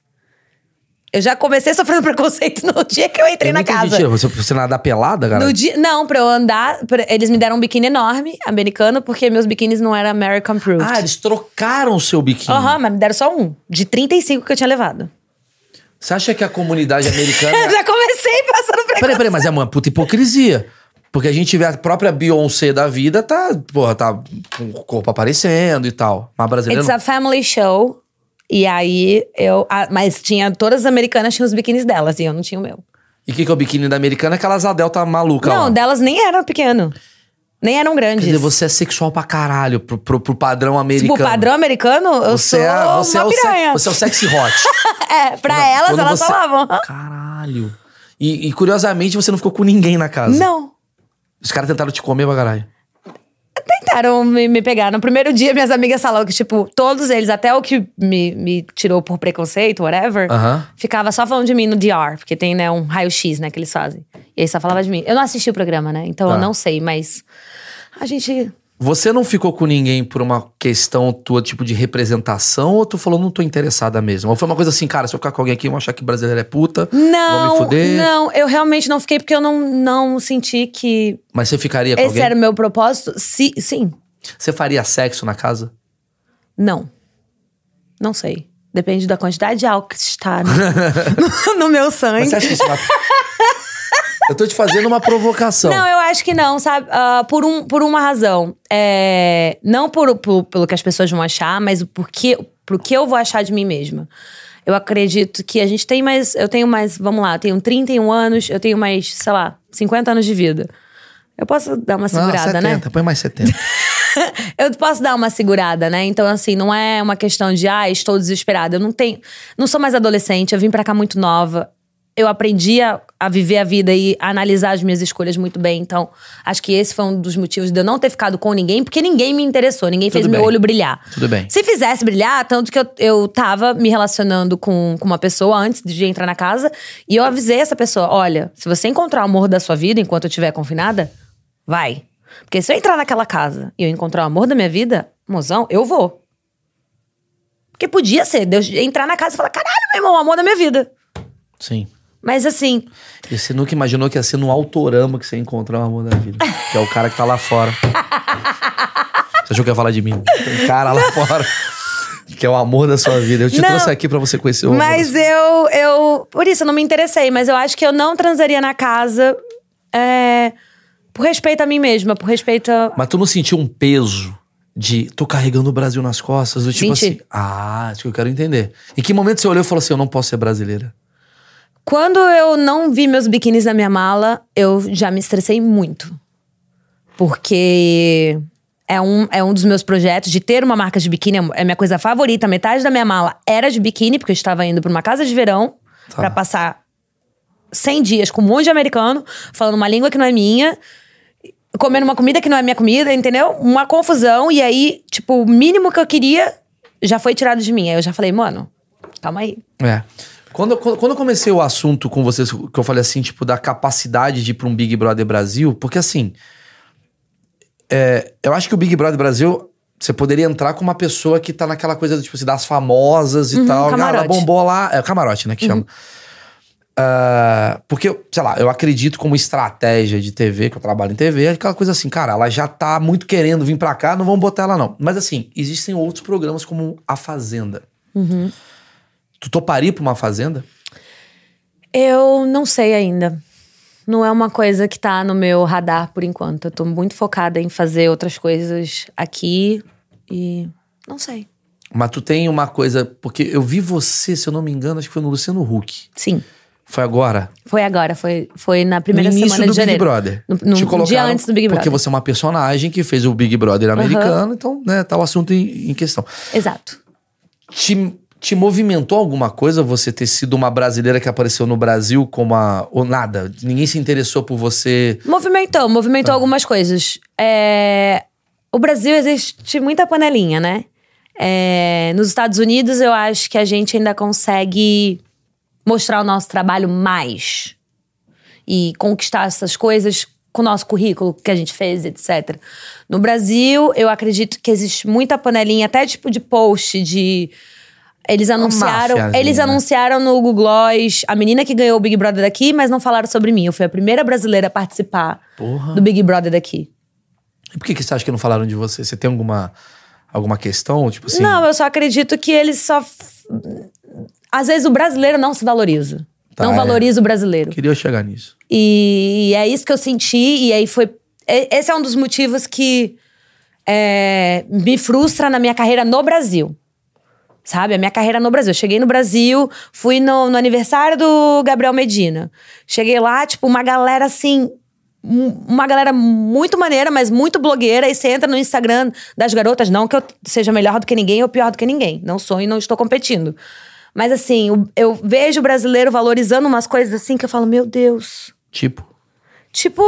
Eu já comecei sofrendo preconceito no dia que eu entrei Eu na não entendi, casa. tira. Você, você nadar pelada, cara? No dia, não, pra eu andar, pra- eles me deram um biquíni enorme, americano, porque meus biquínis não eram American Proof. Ah, eles trocaram o seu biquíni. Aham, mas me deram só um, de trinta e cinco que eu tinha levado. Você acha que a comunidade americana... Eu já comecei passando preconceito. Peraí, peraí, mas é uma puta hipocrisia. Porque a gente vê a própria Beyoncé da vida, tá, porra, tá com o corpo aparecendo e tal. Mas a brasileira It's não. a family show. E aí, eu... ah, mas tinha... Todas as americanas tinham os biquínis delas, e eu não tinha o meu. E o que, que é o biquíni da americana? Aquelas Adel tá maluca Não, lá. delas nem eram pequeno. Nem eram grandes. Quer dizer, você é sexual pra caralho, pro, pro, pro padrão americano. Tipo, o padrão americano, eu Você sou é, você uma é o piranha. sex, você é o sexy hot. É, pra Quando- elas, quando elas você- falavam. "Hã?" Caralho. E, e curiosamente, você não ficou com ninguém na casa. Não. Os caras tentaram te comer pra caralho. Tentaram me, me pegar. No primeiro dia, minhas amigas falavam que, tipo, todos eles, até o que me, me tirou por preconceito, whatever, Aham. ficava só falando de mim no D R, porque tem, né, um raio-x, né, que eles fazem. E aí só falava de mim. Eu não assisti o programa, né? Então Tá. eu não sei, mas a gente. Você não ficou com ninguém por uma questão tua, tipo, de representação? Ou tu falou, não tô interessada mesmo? Ou foi uma coisa assim, cara, se eu ficar com alguém aqui, vão achar que brasileiro é puta, vão me Não, fuder? não, eu realmente não fiquei porque eu não, não senti que Mas você ficaria com esse alguém? era o meu propósito. Si, sim, Você faria sexo na casa? não. Não sei. Depende da quantidade de álcool que está no, no meu sangue. Mas você acha que isso é uma... Eu tô te fazendo uma provocação. Não, eu acho que não, sabe? Ah, por, um, por uma razão. É, não por, por- pelo que as pessoas vão achar, mas por que, por que eu vou achar de mim mesma. Eu acredito que a gente tem mais... Eu tenho mais... Vamos lá, eu tenho trinta e um anos, eu tenho mais, sei lá, cinquenta anos de vida. Eu posso dar uma Não, segurada, setenta, né? põe mais setenta. Eu posso dar uma segurada, né? Então, assim, não é uma questão de, ah, estou desesperada. Eu não tenho... Não sou mais adolescente, eu vim pra cá muito nova. Eu aprendi a, a viver a vida e a analisar as minhas escolhas muito bem. Então, acho que esse foi um dos motivos de eu não ter ficado com ninguém, porque ninguém me interessou, ninguém fez Tudo meu bem. olho brilhar. Tudo bem. Se fizesse brilhar, tanto que eu, eu tava me relacionando com, com uma pessoa antes de entrar na casa, e eu avisei essa pessoa: olha, se você encontrar o amor da sua vida enquanto eu estiver confinada, vai. Porque se eu entrar naquela casa e eu encontrar o amor da minha vida, mozão, eu vou. Porque podia ser, Deus entrar na casa e falar: caralho, meu irmão, o amor da minha vida. Sim. Mas assim, E você nunca imaginou que ia ser no Autorama que você ia encontrar o amor da vida. Que é o cara que tá lá fora. Você achou que ia falar de mim? Tem um cara lá fora que é o amor da sua vida. Eu te Não, trouxe aqui pra você conhecer o amor. mas da sua- eu, eu. Por isso, eu não me interessei. Mas eu acho que eu não transaria na casa é, por respeito a mim mesma, por respeito a. Mas tu não sentiu um peso de tô carregando o Brasil nas costas? Do tipo Senti. assim, ah, isso que eu quero entender. Em que momento você olhou e falou assim, eu não posso ser brasileira? Quando eu não vi meus biquínis na minha mala, eu já me estressei muito. Porque é um, é um dos meus projetos de ter uma marca de biquíni, é a minha coisa favorita. Metade da minha mala era de biquíni, porque eu estava indo pra uma casa de verão Tá. pra passar cem dias com um monte de americano, falando uma língua que não é minha, comendo uma comida que não é minha comida, entendeu? Uma confusão. E aí, tipo, o mínimo que eu queria já foi tirado de mim. Aí eu já falei, mano, calma aí. É. Quando, quando, quando eu comecei o assunto com vocês, que eu falei assim, tipo, da capacidade de ir pra um Big Brother Brasil, porque assim, é, eu acho que o Big Brother Brasil, você poderia entrar com uma pessoa que tá naquela coisa, tipo assim, das famosas e Uhum, tal. camarote. Ah, ela bombou lá. É o camarote, né, que chama. Ah, porque, sei lá, eu acredito como estratégia de T V, que eu trabalho em T V, é aquela coisa assim, cara, ela já tá muito querendo vir pra cá, não vamos botar ela não. Mas assim, existem outros programas como A Fazenda. Uhum. Tu toparia pra uma Fazenda? Eu não sei ainda. Não é uma coisa que tá no meu radar por enquanto. Eu tô muito focada em fazer outras coisas aqui e não sei. Mas tu tem uma coisa, porque eu vi você, se eu não me engano, acho que foi no Luciano Huck. Sim. Foi agora? Foi agora, foi, foi na primeira no início semana do de janeiro. Big Brother. No, no Te dia colocaram antes do Big Brother. Porque você é uma personagem que fez o Big Brother americano, então, né, tá o assunto em, em questão. Exato. Te, Te movimentou alguma coisa você ter sido uma brasileira que apareceu no Brasil como a... Ou nada? Ninguém se interessou por você? Movimentou, movimentou ah. algumas coisas. É... O Brasil existe muita panelinha, né? É... Nos Estados Unidos, eu acho que a gente ainda consegue mostrar o nosso trabalho mais. E conquistar essas coisas com o nosso currículo que a gente fez, etcétera. No Brasil, eu acredito que existe muita panelinha, até tipo de post, de... Eles anunciaram, máfia, eles né? anunciaram no Google Gloss a menina que ganhou o Big Brother daqui, mas não falaram sobre mim. Eu fui a primeira brasileira a participar Porra. do Big Brother daqui. E por que, que você acha que não falaram de você? Você tem alguma, alguma questão? Tipo assim... Não, eu só acredito que eles só... Às vezes o brasileiro não se valoriza. Tá, não é. valoriza o brasileiro. Queria chegar nisso. E é isso que eu senti. E aí foi... Esse é um dos motivos que é, me frustra na minha carreira no Brasil. Sabe? A minha carreira no Brasil. Eu cheguei no Brasil, fui no, no aniversário do Gabriel Medina. Cheguei lá, tipo, uma galera assim... Uma galera muito maneira, mas muito blogueira. E você entra no Instagram das garotas. Não que eu seja melhor do que ninguém ou pior do que ninguém. Não sou e não estou competindo. Mas assim, eu, eu vejo o brasileiro valorizando umas coisas assim que eu falo, meu Deus. Tipo? Tipo...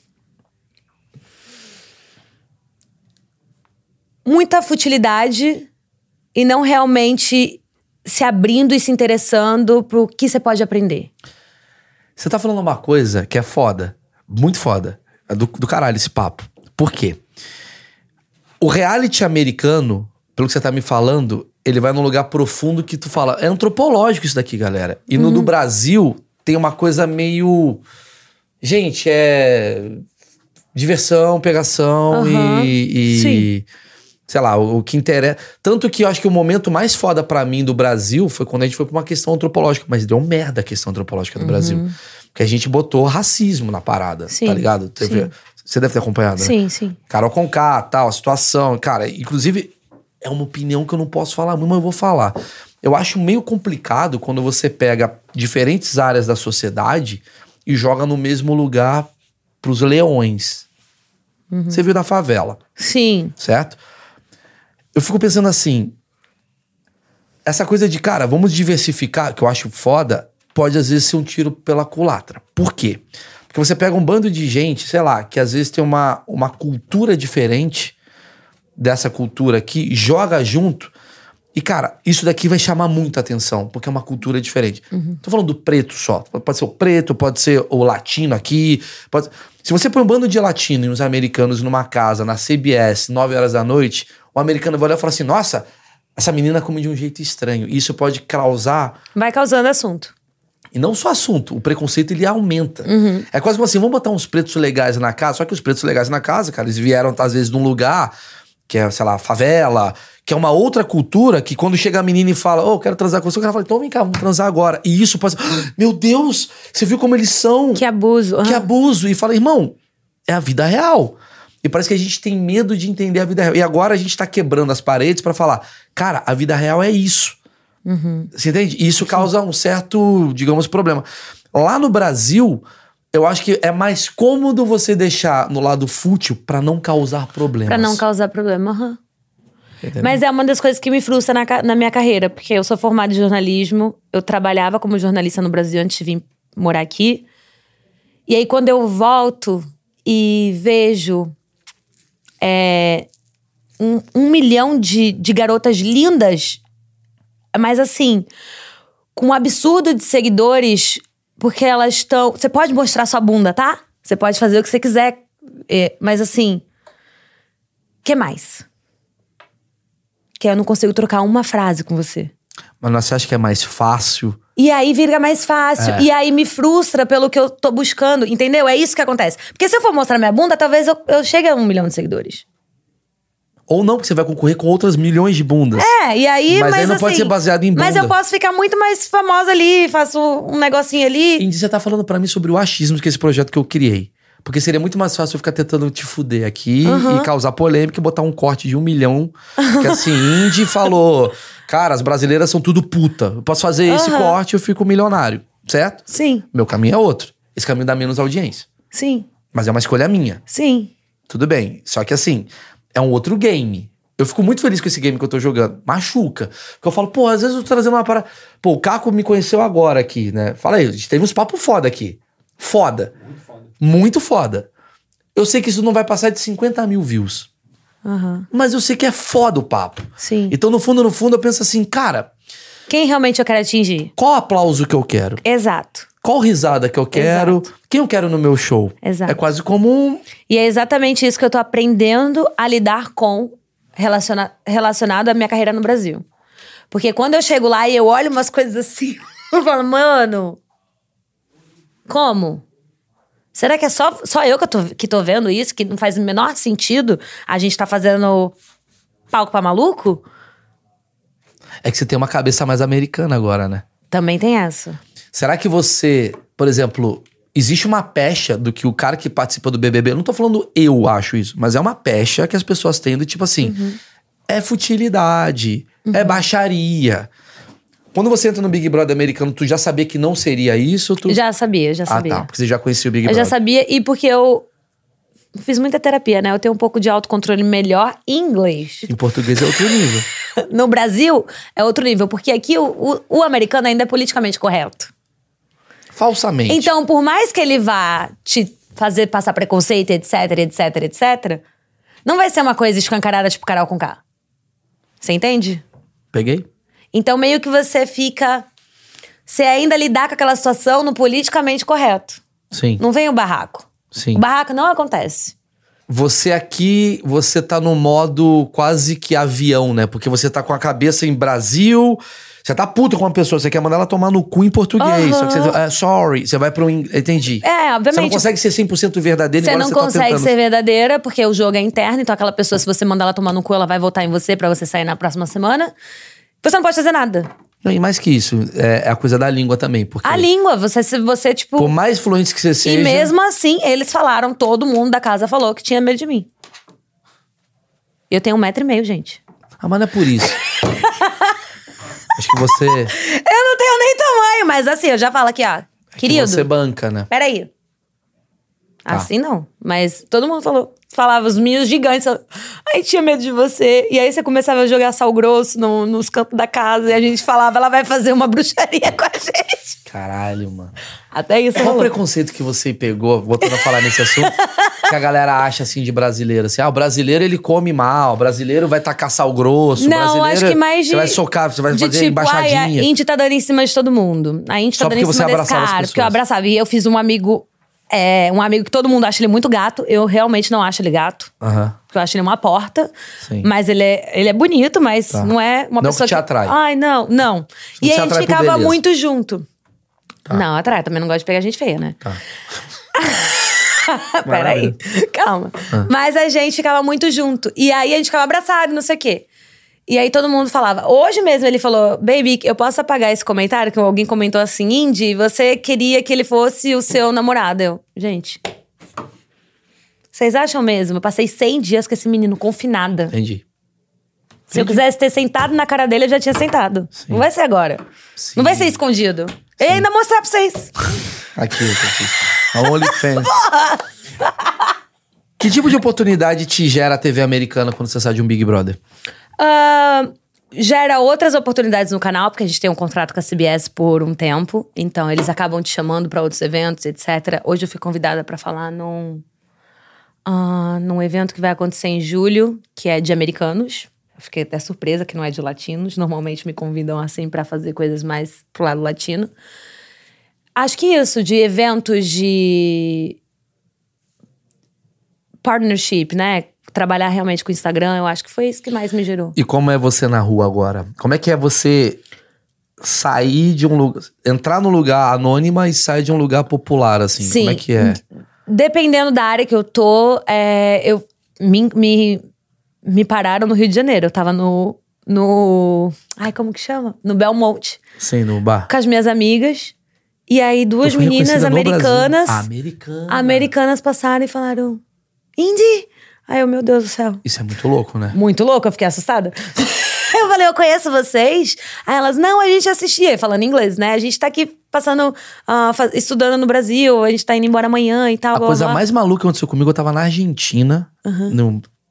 Muita futilidade... E não realmente se abrindo e se interessando pro que você pode aprender. Você tá falando uma coisa que é foda. Muito foda. É do, do caralho esse papo. Por quê? O reality americano, pelo que você tá me falando, ele vai num lugar profundo que tu fala... É antropológico isso daqui, galera. E no uhum. do Brasil, tem uma coisa meio... Gente, é... diversão, pegação uhum. e... e... Sim. Sei lá, o, o que interessa... Tanto que eu acho que o momento mais foda pra mim do Brasil foi quando a gente foi pra uma questão antropológica. Mas deu merda a questão antropológica do uhum. Brasil. Porque a gente botou racismo na parada, sim, tá ligado? Teve, você deve ter acompanhado, sim, né? Sim, sim. Carol Conká, tal, a situação. Cara, inclusive, é uma opinião que eu não posso falar muito, mas eu vou falar. Eu acho meio complicado quando você pega diferentes áreas da sociedade e joga no mesmo lugar pros leões. Uhum. Você viu da favela. Sim. Certo? Eu fico pensando assim, essa coisa de, cara, vamos diversificar, que eu acho foda, pode às vezes ser um tiro pela culatra. Por quê? Porque você pega um bando de gente, sei lá, que às vezes tem uma, uma cultura diferente dessa cultura aqui, joga junto, e cara, isso daqui vai chamar muita atenção, porque é uma cultura diferente. Uhum. Tô falando do preto só, pode ser o preto, pode ser o latino aqui, pode... Se você põe um bando de latino e uns americanos numa casa, na C B S, nove horas da noite, o americano vai olhar e falar assim, nossa, essa menina come de um jeito estranho. E isso pode causar... Vai causando assunto. E não só assunto, o preconceito ele aumenta. Uhum. É quase como assim, vamos botar uns pretos legais na casa, só que os pretos legais na casa, cara, eles vieram às vezes num lugar que é, sei lá, favela, que é uma outra cultura, que quando chega a menina e fala, ô, oh, quero transar com você, o cara fala, então vem cá, vamos transar agora. E isso pode ser, meu Deus, você viu como eles são? Que abuso. Uhum. Que abuso. E fala, irmão, é a vida real. E parece que a gente tem medo de entender a vida real. E agora a gente tá quebrando as paredes pra falar, cara, a vida real é isso. Uhum. Você entende? E isso causa um certo, digamos, problema. Lá no Brasil, eu acho que é mais cômodo você deixar no lado fútil pra não causar problemas. Pra não causar problema, aham. Uhum. Mas é uma das coisas que me frustra na, na minha carreira. Porque eu sou formada em jornalismo. Eu trabalhava como jornalista no Brasil antes de vir morar aqui. E aí quando eu volto e vejo... É, um, um milhão de, de garotas lindas, mas assim, com um absurdo de seguidores, porque elas estão... Você pode mostrar sua bunda, tá? Você pode fazer o que você quiser, é, mas assim... O que mais? Que eu não consigo trocar uma frase com você. Mas você acha que é mais fácil? E aí vira mais fácil. É. E aí me frustra pelo que eu tô buscando. Entendeu? É isso que acontece. Porque se eu for mostrar minha bunda, talvez eu, eu chegue a um milhão de seguidores. Ou não, porque você vai concorrer com outras milhões de bundas. É, e aí... Mas, mas aí não assim, pode ser baseado em bunda. Mas eu posso ficar muito mais famosa ali. Faço um negocinho ali. Indy, você tá falando pra mim sobre o achismo, que é esse projeto que eu criei. Porque seria muito mais fácil eu ficar tentando te fuder aqui uhum. e causar polêmica e botar um corte de um milhão. Que assim, Indy falou... Cara, as brasileiras são tudo puta. Eu posso fazer uhum. esse corte e eu fico milionário. Certo? Sim. Meu caminho é outro. Esse caminho dá menos audiência. Sim. Mas é uma escolha minha. Sim. Tudo bem. Só que assim, é um outro game. Eu fico muito feliz com esse game que eu tô jogando. Machuca. Porque eu falo, pô, às vezes eu tô trazendo uma parada... Pô, o Caco me conheceu agora aqui, né? Fala aí, a gente teve uns papos foda aqui. Foda. Muito foda. Muito foda. Eu sei que isso não vai passar de cinquenta mil views. Uhum. Mas eu sei que é foda o papo. Sim. Então, no fundo, no fundo, eu penso assim, cara... Quem realmente eu quero atingir? Qual aplauso que eu quero? Exato. Qual risada que eu quero? Exato. Quem eu quero no meu show? Exato. É quase como um... E é exatamente isso que eu tô aprendendo a lidar com relaciona- relacionado à minha carreira no Brasil. Porque quando eu chego lá e eu olho umas coisas assim, eu falo, mano, como? Será que é só, só eu que, eu tô, que tô vendo isso? Que não faz o menor sentido a gente tá fazendo palco pra maluco? É que você tem uma cabeça mais americana agora, né? Também tem essa. Será que você, por exemplo, existe uma pecha do que o cara que participa do B B B... Eu não tô falando eu acho isso, mas é uma pecha que as pessoas têm do tipo assim... Uhum. É futilidade, uhum. é baixaria. Quando você entra no Big Brother americano, tu já sabia que não seria isso? Tu... Já sabia, já sabia. Ah, tá, porque você já conhecia o Big eu Brother. Eu já sabia e porque eu fiz muita terapia, né? Eu tenho um pouco de autocontrole melhor em inglês. Em português é outro nível. No Brasil é outro nível, porque aqui o, o, o americano ainda é politicamente correto. Falsamente. Então, por mais que ele vá te fazer passar preconceito, etc, etc, etc, não vai ser uma coisa escancarada tipo Carol Conká. Você entende? Peguei. Então, meio que você fica... Você ainda lidar com aquela situação no politicamente correto. Sim. Não vem o barraco. Sim. O barraco não acontece. Você aqui, você tá no modo quase que avião, né? Porque você tá com a cabeça em Brasil... Você tá puto com uma pessoa, você quer mandar ela tomar no cu em português. Uhum. Só que você... Uh, sorry. Você vai pro... Um, entendi. É, obviamente. Você não consegue ser cem por cento verdadeira. Você não você consegue tá tentando... ser verdadeira, porque o jogo é interno. Então aquela pessoa, se você mandar ela tomar no cu, ela vai votar em você pra você sair na próxima semana. Você não pode fazer nada. Não, e mais que isso, é, é a coisa da língua também. Porque a língua, você, você tipo... Por mais fluente que você seja... E mesmo assim, eles falaram, todo mundo da casa falou que tinha medo de mim. Eu tenho um metro e meio, gente. Ah, mas não é por isso. Acho que você... Eu não tenho nem tamanho, mas assim, eu já falo aqui, ó. Querido. Que você banca, né? Peraí. Tá. Assim não. Mas todo mundo falou, falava, os meninos gigantes. Ai, tinha medo de você. E aí você começava a jogar sal grosso no, nos cantos da casa. E a gente falava, ela vai fazer uma bruxaria com a gente. Caralho, mano. Até isso. Qual o preconceito que você pegou, voltando a falar nesse assunto, que a galera acha assim de brasileiro? Assim, ah, o brasileiro ele come mal, o brasileiro vai tacar sal grosso, não, o brasileiro... acho que mais de... Você vai socar, você vai de fazer tipo, embaixadinha. Ai, a Indy tá dando em cima de todo mundo. A Indy tá Só dando em porque cima você desse abraçava as cara. pessoas. Porque eu abraçava. E eu fiz um amigo... É, um amigo que todo mundo acha ele muito gato. Eu realmente não acho ele gato. Uhum. Porque eu acho ele uma porta. Sim. Mas ele é, ele é bonito, mas tá. não é uma não pessoa que te atrai. Ai, não, não. Não e aí a gente ficava beleza. muito junto. Tá. Não, atrai. Também não gosto de pegar gente feia, né? Tá. Peraí, calma. Ah. Mas a gente ficava muito junto. E aí a gente ficava abraçado, não sei o quê. E aí todo mundo falava. Hoje mesmo ele falou, baby, eu posso apagar esse comentário? Que alguém comentou assim, Indy, você queria que ele fosse o seu namorado. Eu, gente... Vocês acham mesmo? Eu passei cem dias com esse menino confinada. Entendi. Se eu quisesse ter sentado na cara dele, eu já tinha sentado. Sim. Não vai ser agora. Sim. Não vai ser escondido. Sim. Eu ia ainda mostrar pra vocês. Aqui, aqui. A OnlyFans. Que tipo de oportunidade te gera a T V americana quando você sai de um Big Brother? Uh, gera outras oportunidades no canal, porque a gente tem um contrato com a C B S por um tempo. Então, eles acabam te chamando pra outros eventos, etcétera. Hoje eu fui convidada pra falar num... Uh, num evento que vai acontecer em julho, que é de americanos. Eu fiquei até surpresa que não é de latinos. Normalmente me convidam assim pra fazer coisas mais pro lado latino. Acho que isso, de eventos de partnership, né? Trabalhar realmente com o Instagram, eu acho que foi isso que mais me gerou. E como é você na rua agora? Como é que é você sair de um lugar... Entrar num lugar anônima e sair de um lugar popular, assim? Sim. Como é que é? Dependendo da área que eu tô, é, eu, me, me, me pararam no Rio de Janeiro. Eu tava no, no... Ai, como que chama? No Belmonte. Sim, no bar. Com as minhas amigas. E aí duas meninas americanas... Americanas. Americanas passaram e falaram... Indy! Aí eu, meu Deus do céu. Isso é muito louco, né? Muito louco, eu fiquei assustada. Eu falei, eu conheço vocês? Aí elas, não, a gente assistia, falando inglês, né? A gente tá aqui passando, uh, faz, estudando no Brasil, a gente tá indo embora amanhã e tal. A blá, coisa blá. mais maluca que aconteceu comigo, eu tava na Argentina, uhum. no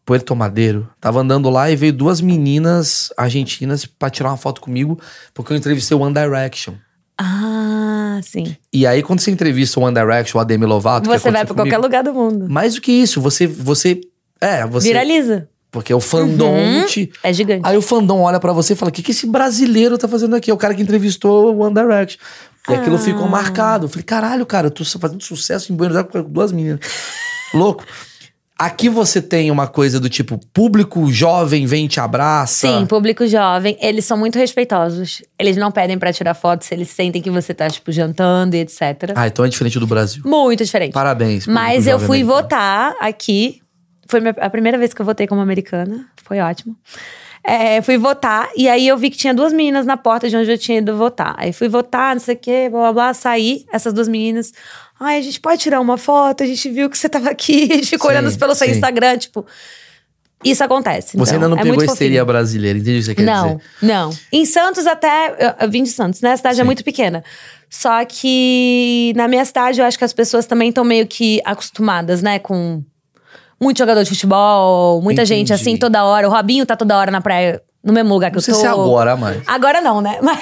Puerto Madeiro. Tava andando lá e veio duas meninas argentinas pra tirar uma foto comigo, porque eu entrevistei o One Direction. Ah, sim. E aí, quando você entrevista o One Direction, o Demi Lovato... Você vai pra comigo, qualquer lugar do mundo. Mais do que isso, você... você é, você... Viraliza. Porque o fandom Uhum. te... É gigante. Aí o fandom olha pra você e fala, o que, que esse brasileiro tá fazendo aqui? É o cara que entrevistou o One Direction. E aquilo Ah. ficou marcado. Eu falei, caralho, cara, eu tô fazendo sucesso em Buenos Aires com duas meninas. Louco. Aqui você tem uma coisa do tipo, público jovem vem e te abraça. Sim, público jovem, eles são muito respeitosos. Eles não pedem pra tirar foto se eles sentem que você tá, tipo, jantando e etcétera. Ah, então é diferente do Brasil. Muito diferente. Parabéns. Mas público eu jovem fui americano. votar aqui. Foi minha- a primeira vez que eu votei como americana. Foi ótimo. É, fui votar e aí eu vi que tinha duas meninas na porta de onde eu tinha ido votar. Aí fui votar, não sei o quê, blá blá blá, saí, essas duas meninas. Ai, a gente pode tirar uma foto? A gente viu que você tava aqui, a gente ficou Sim, olhando pelo seu sim. Instagram, tipo. Isso acontece. Você então, ainda não é pegou muito a histeria fofinho. brasileira, entende o que você quer Não, dizer? não. Em Santos até... Eu, eu vim de Santos, né? A cidade Sim. é muito pequena. Só que na minha cidade eu acho que as pessoas também estão meio que acostumadas, né? Com muito jogador de futebol, muita Entendi. gente assim toda hora. O Robinho tá toda hora na praia, no mesmo lugar que Não eu sei tô. se é agora, mas... Agora não, né? Mas...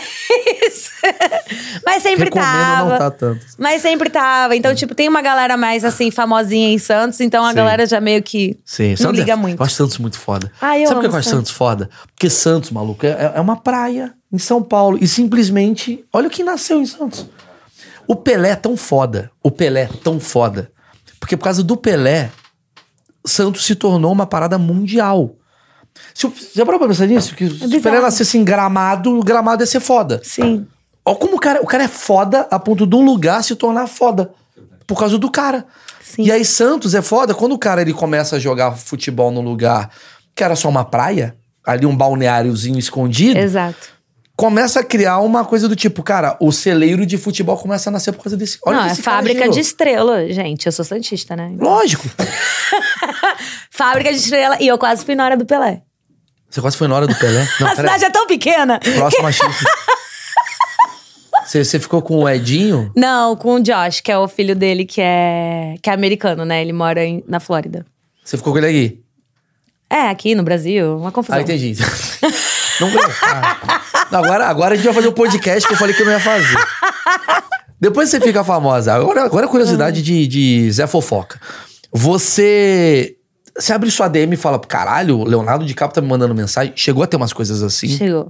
Mas sempre Recomendo tava. não tá tanto. Mas sempre tava. Então, tipo, tem uma galera mais assim, famosinha em Santos. Então a Sim. galera já meio que Sim, não Santos liga é, muito. Eu acho Santos muito foda. Ah, eu Sabe por que amo eu acho Santos. Santos foda? Porque Santos, maluco, é, é uma praia em São Paulo. E simplesmente, olha quem nasceu em Santos. O Pelé é tão foda. O Pelé é tão foda. Porque por causa do Pelé, Santos se tornou uma parada mundial. Se o, você já parou pra pensar nisso? Que se o bizarro. Pelé nascesse em Gramado, o Gramado ia ser foda. Sim. Olha como o cara, o cara é foda a ponto de um lugar se tornar foda. Por causa do cara. Sim. E aí Santos é foda quando o cara ele começa a jogar futebol num lugar que era só uma praia, ali um balneáriozinho escondido, Exato. começa a criar uma coisa do tipo, cara, o celeiro de futebol começa a nascer por causa desse... Olha Não, que é esse cara fábrica gerou. de estrela, gente. Eu sou santista, né? Lógico. Fábrica de estrela. E eu quase fui na hora do Pelé. Você quase foi na hora do Pelé? Não, a pera cidade aí. é tão pequena. Próxima chifre. Você, você ficou com o Edinho? Não, com o Josh, que é o filho dele, que é, que é americano, né? Ele mora em- na Flórida. Você ficou com ele aqui? É, aqui no Brasil, uma confusão. Ah, entendi. Não, ah. Não, agora, agora a gente vai fazer o podcast que eu falei que eu não ia fazer. Depois você fica famosa. Agora, agora a curiosidade de, de Zé Fofoca. Você... Você abre sua D M e fala, caralho, o Leonardo DiCaprio tá me mandando mensagem. Chegou a ter umas coisas assim? Chegou.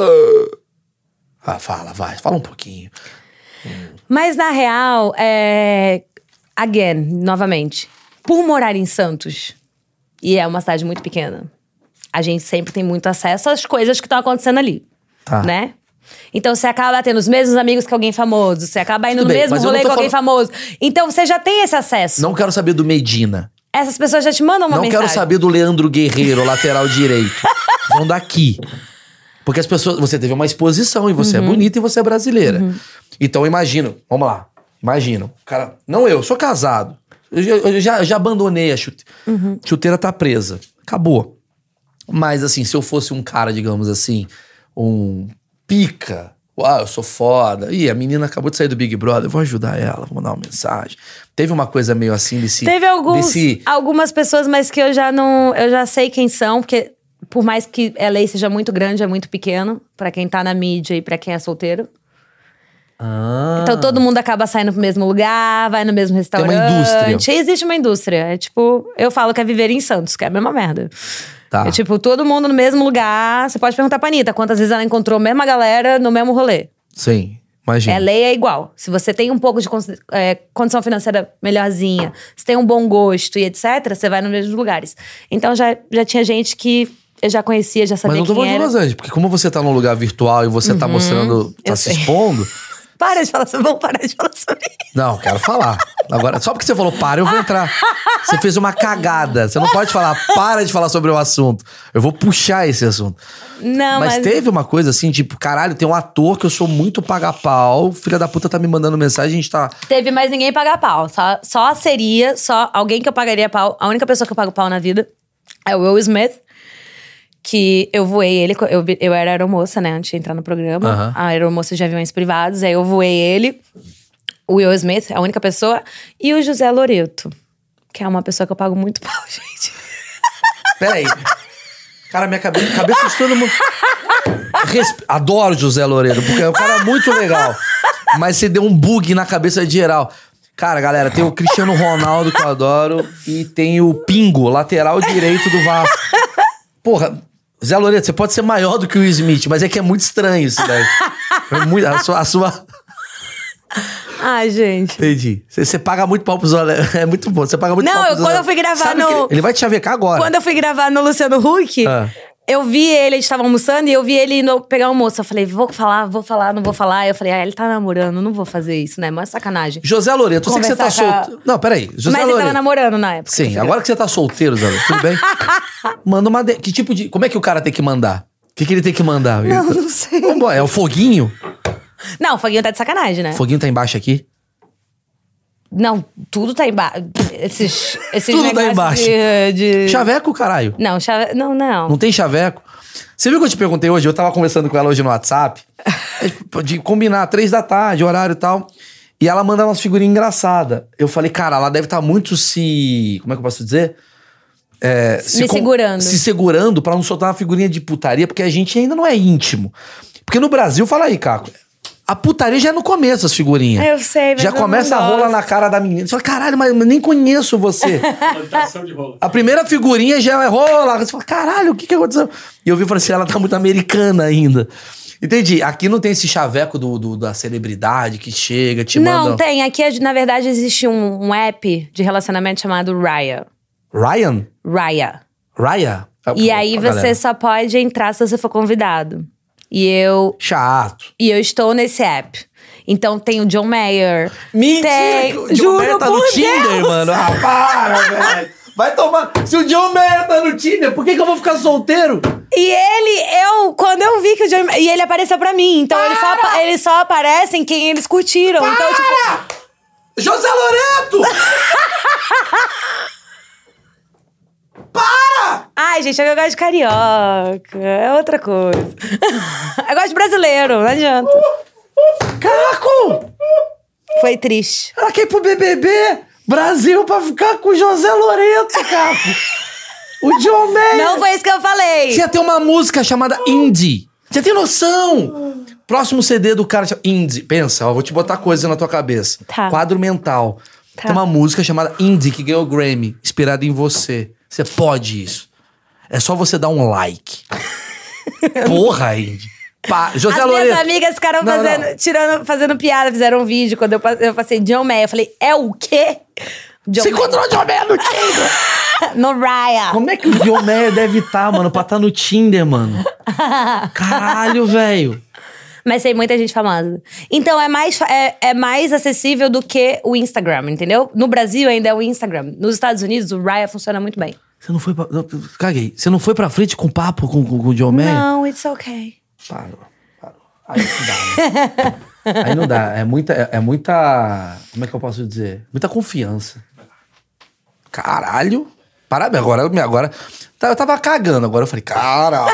Ah, fala, vai. Fala um pouquinho. Mas na real, é... Again, novamente. Por morar em Santos, e é uma cidade muito pequena, a gente sempre tem muito acesso às coisas que estão acontecendo ali. Tá. Né? Então você acaba tendo os mesmos amigos que alguém famoso, você acaba indo Tudo no bem, mesmo mas eu rolê não com tô alguém falando- famoso. Então você já tem esse acesso. Não quero saber do Medina. Essas pessoas já te mandam uma Não mensagem. quero saber do Leandro Guerreiro, lateral direito. Vão daqui. Porque as pessoas... Você teve uma exposição e você Uhum. é bonita e você é brasileira. Então imagino... Vamos lá. Imagino. Cara... Não eu, sou casado. Eu já, eu já, já abandonei a chute... Uhum. chuteira. Tá presa. Acabou. Mas assim, se eu fosse um cara, digamos assim... Um pica... Uau, eu sou foda. Ih, a menina acabou de sair do Big Brother. Eu vou ajudar ela, vou mandar uma mensagem. Teve uma coisa meio assim desse... Teve alguns, desse... algumas pessoas, mas que eu já não. Eu já sei quem são, porque por mais que L A seja muito grande, é muito pequeno, pra quem tá na mídia e pra quem é solteiro. Ah. Então todo mundo acaba saindo pro mesmo lugar, vai no mesmo restaurante. uma indústria. Existe uma indústria. É tipo, eu falo que é viver em Santos, que é a mesma merda. Tá. É tipo, todo mundo no mesmo lugar. Você pode perguntar pra Anitta quantas vezes ela encontrou a mesma galera no mesmo rolê. Sim, imagina. L A é igual. Se você tem um pouco de cons- é, condição financeira melhorzinha, se tem um bom gosto e etcétera, você vai nos mesmos lugares. Então já, já tinha gente que eu já conhecia, já Mas sabia não tô quem falando de era. Los Angeles, porque como você tá num lugar virtual e você tá mostrando, tá eu se sei. expondo... Para de falar sobre, vamos parar de falar sobre isso. Não, quero falar. Agora, só porque você falou para, eu vou entrar. Você fez uma cagada. Você não pode falar, para de falar sobre o assunto. Eu vou puxar esse assunto. Não, mas, mas, teve uma coisa assim, tipo, caralho, tem um ator que eu sou muito paga-pau, filha da puta tá me mandando mensagem, a gente tá... teve mais ninguém pagar pau. Só, só seria, só alguém que eu pagaria pau. A única pessoa que eu pago pau na vida é o Will Smith. Que eu voei ele, eu, eu era aeromoça, né, antes de entrar no programa. Aham. A aeromoça de aviões privados. Aí eu voei ele, o Will Smith, a única pessoa. E o José Loreto, que é uma pessoa que eu pago muito pau, gente. Peraí. Cara, minha cabeça, cabeça de todo mundo... Resp... Adoro José Loredo, porque é um cara muito legal. Mas você deu um bug na cabeça de geral. Cara, galera, tem o Cristiano Ronaldo, que eu adoro, e tem o Pingo, lateral direito do Vasco. Porra, Zé Loredo, você pode ser maior do que o Will Smith, mas é que é muito estranho isso daí. É muito, a sua... A sua... Ai, gente. Entendi. Você, você paga muito pau pro Zé Loredo. É muito bom. Você paga muito Não, pau pro Zé quando Loredo. eu fui gravar Sabe no... que ele vai te chavecar agora. Quando eu fui gravar no Luciano Huck, Ah. eu vi ele, eles estavam almoçando, e eu vi ele indo pegar o almoço. Eu falei, vou falar, vou falar, não vou falar. Eu falei, ah, ele tá namorando, não vou fazer isso, né? Mas sacanagem. José Loreto, eu sei que você tá Conversar com a- solteiro. Não, peraí. José Mas ele Loreto. tava namorando na época. Sim, agora que você tá solteiro, Zé Loreto, tudo bem? Manda uma... De... Que tipo de... Como é que o cara tem que mandar? O que, que ele tem que mandar? Não, Ele tá- não sei. Vambora, é o Foguinho? Não, o Foguinho tá de sacanagem, né? O Foguinho tá embaixo aqui? Não, tudo tá embaixo. Esses, esses Tudo tá negócios embaixo. De, de... Chaveco, caralho. Não, chave... não, não. Não tem chaveco? Você viu que eu te perguntei hoje? Eu tava conversando com ela hoje no WhatsApp. De combinar, três da tarde, horário e tal. E ela manda umas figurinhas engraçadas. Eu falei, cara, ela deve estar muito se... Como é que eu posso dizer? É, Me com- segurando. Se segurando pra não soltar uma figurinha de putaria, porque a gente ainda não é íntimo. Porque no Brasil, fala aí, Caco, a putaria já é no começo, as figurinhas. Eu sei, mas Já eu começa não a rola gosto. na cara da menina. Você fala, caralho, mas eu nem conheço você. Plantação de rola. A primeira figurinha já é rola. Você fala, caralho, o que que aconteceu? E eu vi e falei assim, ela tá muito americana ainda. Entendi. Aqui não tem esse chaveco do, do- da celebridade que chega, te Não, manda... tem. Aqui, na verdade, existe um, um app de relacionamento chamado Raya. Ryan? Raya. Raya? E aí A você galera. só pode entrar se você for convidado. E eu, Chato. e eu estou nesse app. Então tem o John Mayer. Mentira! Tem, que o John juro Mayer tá por no Tinder, Deus. mano. Ah, para, velho. Vai tomar... Se o John Mayer tá no Tinder, por que que eu vou ficar solteiro? E ele, eu, quando eu vi que o John Mayer... E ele apareceu pra mim. Então ele só, apa- ele só aparece em quem eles curtiram. Então, tipo... José Loreto! Para! Ai, gente, eu gosto de carioca. É outra coisa. Eu gosto de brasileiro, não adianta. Caco! Foi triste. Ela quer ir pro B B B Brasil pra ficar com o José Loreto, Caco. O John Mayer. Não foi isso que eu falei. Você ia ter uma música chamada Indie. Você tem noção? Próximo C D do cara chama Indie. Pensa, ó, vou te botar coisa na tua cabeça. Tá. Quadro mental. Tá. Tem uma música chamada Indie que ganhou o Grammy, inspirada em você. Você pode isso. É só você dar um like. Porra, Indie. Pa... José As Loreto. minhas amigas ficaram Não, fazendo, não. tirando, fazendo piada, fizeram um vídeo quando eu, pa- eu passei John Mayer. Eu falei, é o quê? John Você Mayer. encontrou o John Mayer no Tinder? No Raya. Como é que o John Mayer deve estar, mano, pra estar no Tinder, mano? Caralho, velho. Mas tem muita gente famosa. Então é mais, fa- é, é mais acessível do que o Instagram, entendeu? No Brasil ainda é o Instagram. Nos Estados Unidos, o Raya funciona muito bem. Você não foi pra... não, Caguei. Você não foi pra frente com papo com, com, com o John Mayer? Não, it's okay. Parou, parou. Aí não dá, né? Aí não dá. É muita, é, é muita... Como é que eu posso dizer? Muita confiança. Caralho. Parabéns. Agora, agora... Eu tava cagando. Agora eu falei, caralho.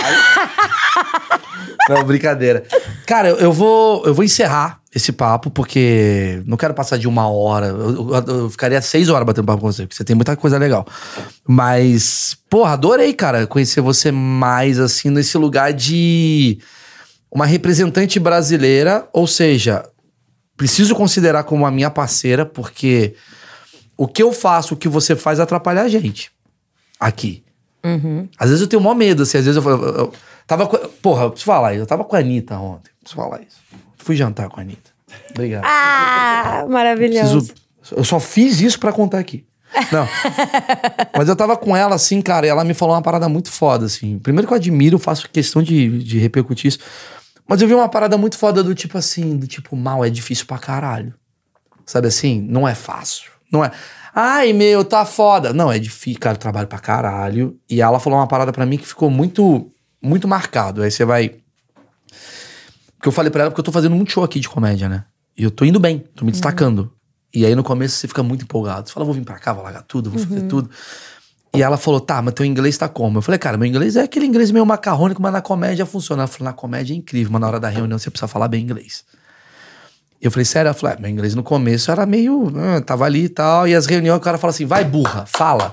Não, brincadeira. Cara, eu, eu vou, eu vou encerrar esse papo, porque não quero passar de uma hora. Eu, eu- eu ficaria seis horas batendo papo com você, porque você tem muita coisa legal. Mas, porra, adorei, cara, conhecer você mais, assim, nesse lugar de uma representante brasileira. Ou seja, preciso considerar como a minha parceira, porque o que eu faço, o que você faz, atrapalha a gente aqui. Às vezes eu tenho maior medo, assim, às vezes eu, eu, eu, eu tava com... Porra, eu preciso falar isso, eu tava com a Anitta ontem, preciso falar isso. Fui jantar com a Anitta. Obrigado. Ah, maravilhoso. Preciso, eu só fiz isso pra contar aqui. Não. Mas eu tava com ela, assim, cara, e ela me falou uma parada muito foda, assim. Primeiro que eu admiro, faço questão de, de repercutir isso. Mas eu vi uma parada muito foda do tipo assim, do tipo, mal, é difícil pra caralho. Sabe assim? Não é fácil. Não é... Ai, meu, tá foda. Não, é difícil, cara, eu trabalho pra caralho. E ela falou uma parada pra mim que ficou muito, muito marcado. Aí você vai... Porque eu falei pra ela, porque eu tô fazendo muito show aqui de comédia, né? E eu tô indo bem, tô me destacando. E aí no começo você fica muito empolgado. Você fala, vou vir pra cá, vou largar tudo, vou fazer tudo. E ela falou, tá, mas teu inglês tá como? Eu falei, cara, meu inglês é aquele inglês meio macarrônico, mas na comédia funciona. Ela falou, na comédia é incrível, mas na hora da reunião você precisa falar bem inglês. Eu falei, sério? Ela falou, é, meu inglês no começo era meio... ah, tava ali e tal, e as reuniões o cara fala assim, vai burra, fala.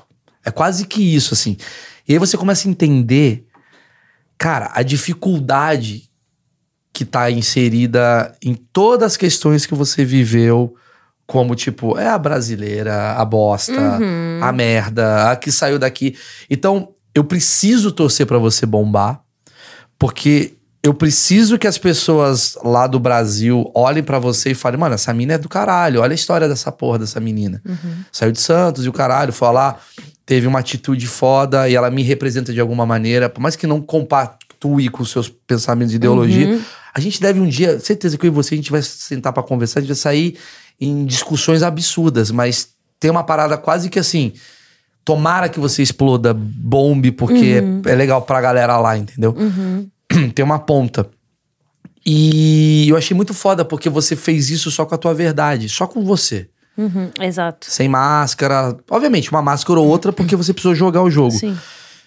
É quase que isso, assim. E aí você começa a entender, cara, a dificuldade que tá inserida em todas as questões que você viveu, como, tipo, é a brasileira, a bosta, uhum. a merda, a que saiu daqui. Então, eu preciso torcer pra você bombar, porque eu preciso que as pessoas lá do Brasil olhem pra você e falem, mano, essa mina é do caralho, olha a história dessa porra dessa menina. Uhum. Saiu de Santos e o caralho, foi lá, teve uma atitude foda e ela me representa de alguma maneira, por mais que não compactue com os seus pensamentos de ideologia, uhum. a gente deve um dia, certeza que eu e você, a gente vai sentar pra conversar, a gente vai sair em discussões absurdas, mas tem uma parada quase que assim, tomara que você exploda, bombe, porque uhum. é, é legal pra galera lá, entendeu? Uhum. Tem uma ponta. E eu achei muito foda, porque você fez isso só com a tua verdade, só com você. Uhum, exato. Sem máscara, obviamente, uma máscara ou outra, porque você precisou jogar o jogo. Sim.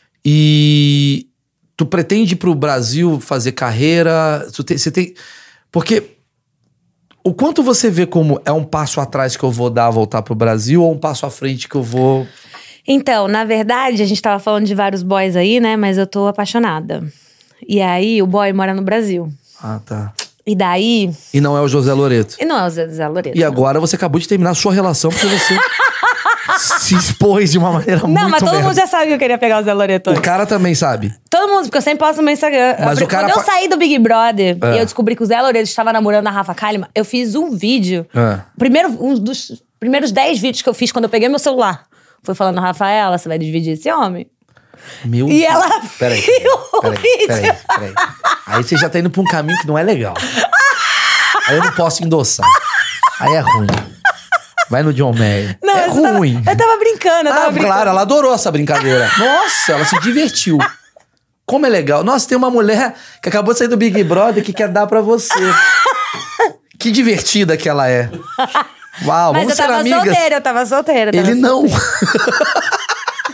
E tu pretende ir pro Brasil fazer carreira, tu te, você tem... Porque... O quanto você vê como é um passo atrás que eu vou dar, voltar pro Brasil, ou um passo à frente que eu vou... Então, na verdade, a gente tava falando de vários boys aí, né? Mas eu tô apaixonada. E aí, o boy mora no Brasil. Ah, tá. E daí... E não é o José Loreto. E não é o José Loreto. E não. Agora você acabou de terminar a sua relação, porque você se expôs de uma maneira não, muito Não, mas todo merda. mundo já sabe que eu queria pegar o Zé Loreto. O cara também sabe. Todo mundo, porque eu sempre posto no meu Instagram. Mas eu, o cara quando eu pa... saí do Big Brother é. e eu descobri que o Zé Loreto estava namorando a Rafa Kalimann, eu fiz um vídeo. É. Primeiro, um dos primeiros dez vídeos que eu fiz quando eu peguei meu celular. Foi falando, Rafaela, você vai dividir esse homem? Meu E Deus. ela peraí, peraí, peraí, peraí, peraí. Aí você já tá indo pra um caminho que não é legal. Aí eu não posso endossar. Aí é ruim. Vai no John Mayer. Não, é ruim. Tava, eu tava brincando, eu tava ah, brincando. Claro, ela adorou essa brincadeira. Nossa, ela se divertiu. Como é legal. Nossa, tem uma mulher que acabou de sair do Big Brother que quer dar pra você. Que divertida que ela é. Uau, mas vamos ser amigas. Mas eu tava solteira, eu tava solteira. Eu tava Ele solteira. não.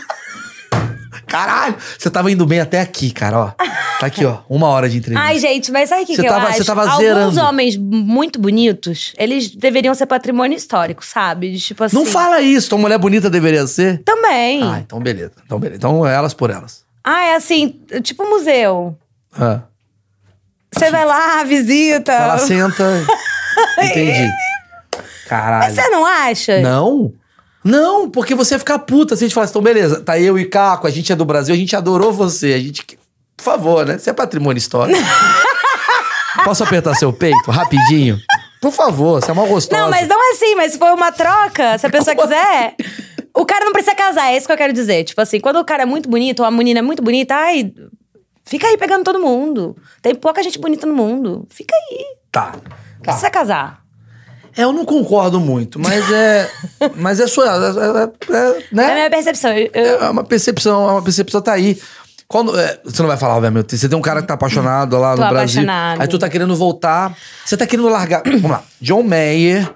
Caralho, você tava indo bem até aqui, cara, ó. Tá aqui, ó, uma hora de entrevista. Ai, gente, mas sabe o que, que tava, eu acho? Você tava Alguns zerando. homens muito bonitos, eles deveriam ser patrimônio histórico, sabe? Tipo assim... Não fala isso, tua mulher bonita deveria ser? Também. Ah, então beleza, então beleza. Então elas por elas. Ah, é assim, tipo museu. Ah. Você vai lá, visita. Ela senta. Entendi. Caralho. Mas você não acha? Não. Não, porque você ia ficar puta se a gente falasse, então beleza, tá eu e Caco, a gente é do Brasil, a gente adorou você, a gente... Por favor, né? Você é patrimônio histórico. Posso apertar seu peito rapidinho? Por favor, você é mal gostosa. Não, mas não assim, mas se for uma troca, se a pessoa quiser... O cara não precisa casar, é isso que eu quero dizer. Tipo assim, quando o cara é muito bonito, ou a menina é muito bonita, ai... Fica aí pegando todo mundo. Tem pouca gente bonita no mundo. Fica aí. Tá. Não tá. precisa casar. É, eu não concordo muito, mas é... mas é sua... É, é, é, né? É a minha percepção. Eu... É uma percepção, é uma percepção tá aí. Quando, é, você não vai falar, obviamente. Você tem um cara que tá apaixonado lá Tô no Brasil. Apaixonado. Aí tu tá querendo voltar. Você tá querendo largar... Vamos lá. John Mayer,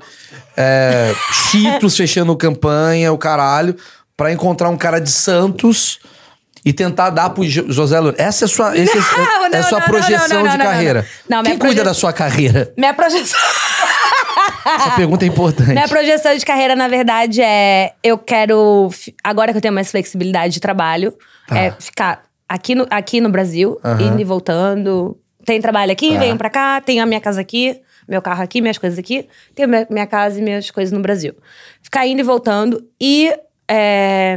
é, Cheetos fechando campanha, o caralho, pra encontrar um cara de Santos e tentar dar pro José Loreto. Essa é a sua, esse não, é, não, é a sua não, projeção não, não, de não, carreira. Não, não. Não, Quem proje... cuida da sua carreira? Minha projeção... Essa pergunta é importante. Minha projeção de carreira, na verdade, é... Eu quero... Agora que eu tenho mais flexibilidade de trabalho, tá. é ficar aqui no, aqui no Brasil, uhum. indo e voltando. Tem trabalho aqui, tá. venho pra cá, tenho a minha casa aqui, meu carro aqui, minhas coisas aqui. Tenho minha, minha casa e minhas coisas no Brasil. Ficar indo e voltando. E... É...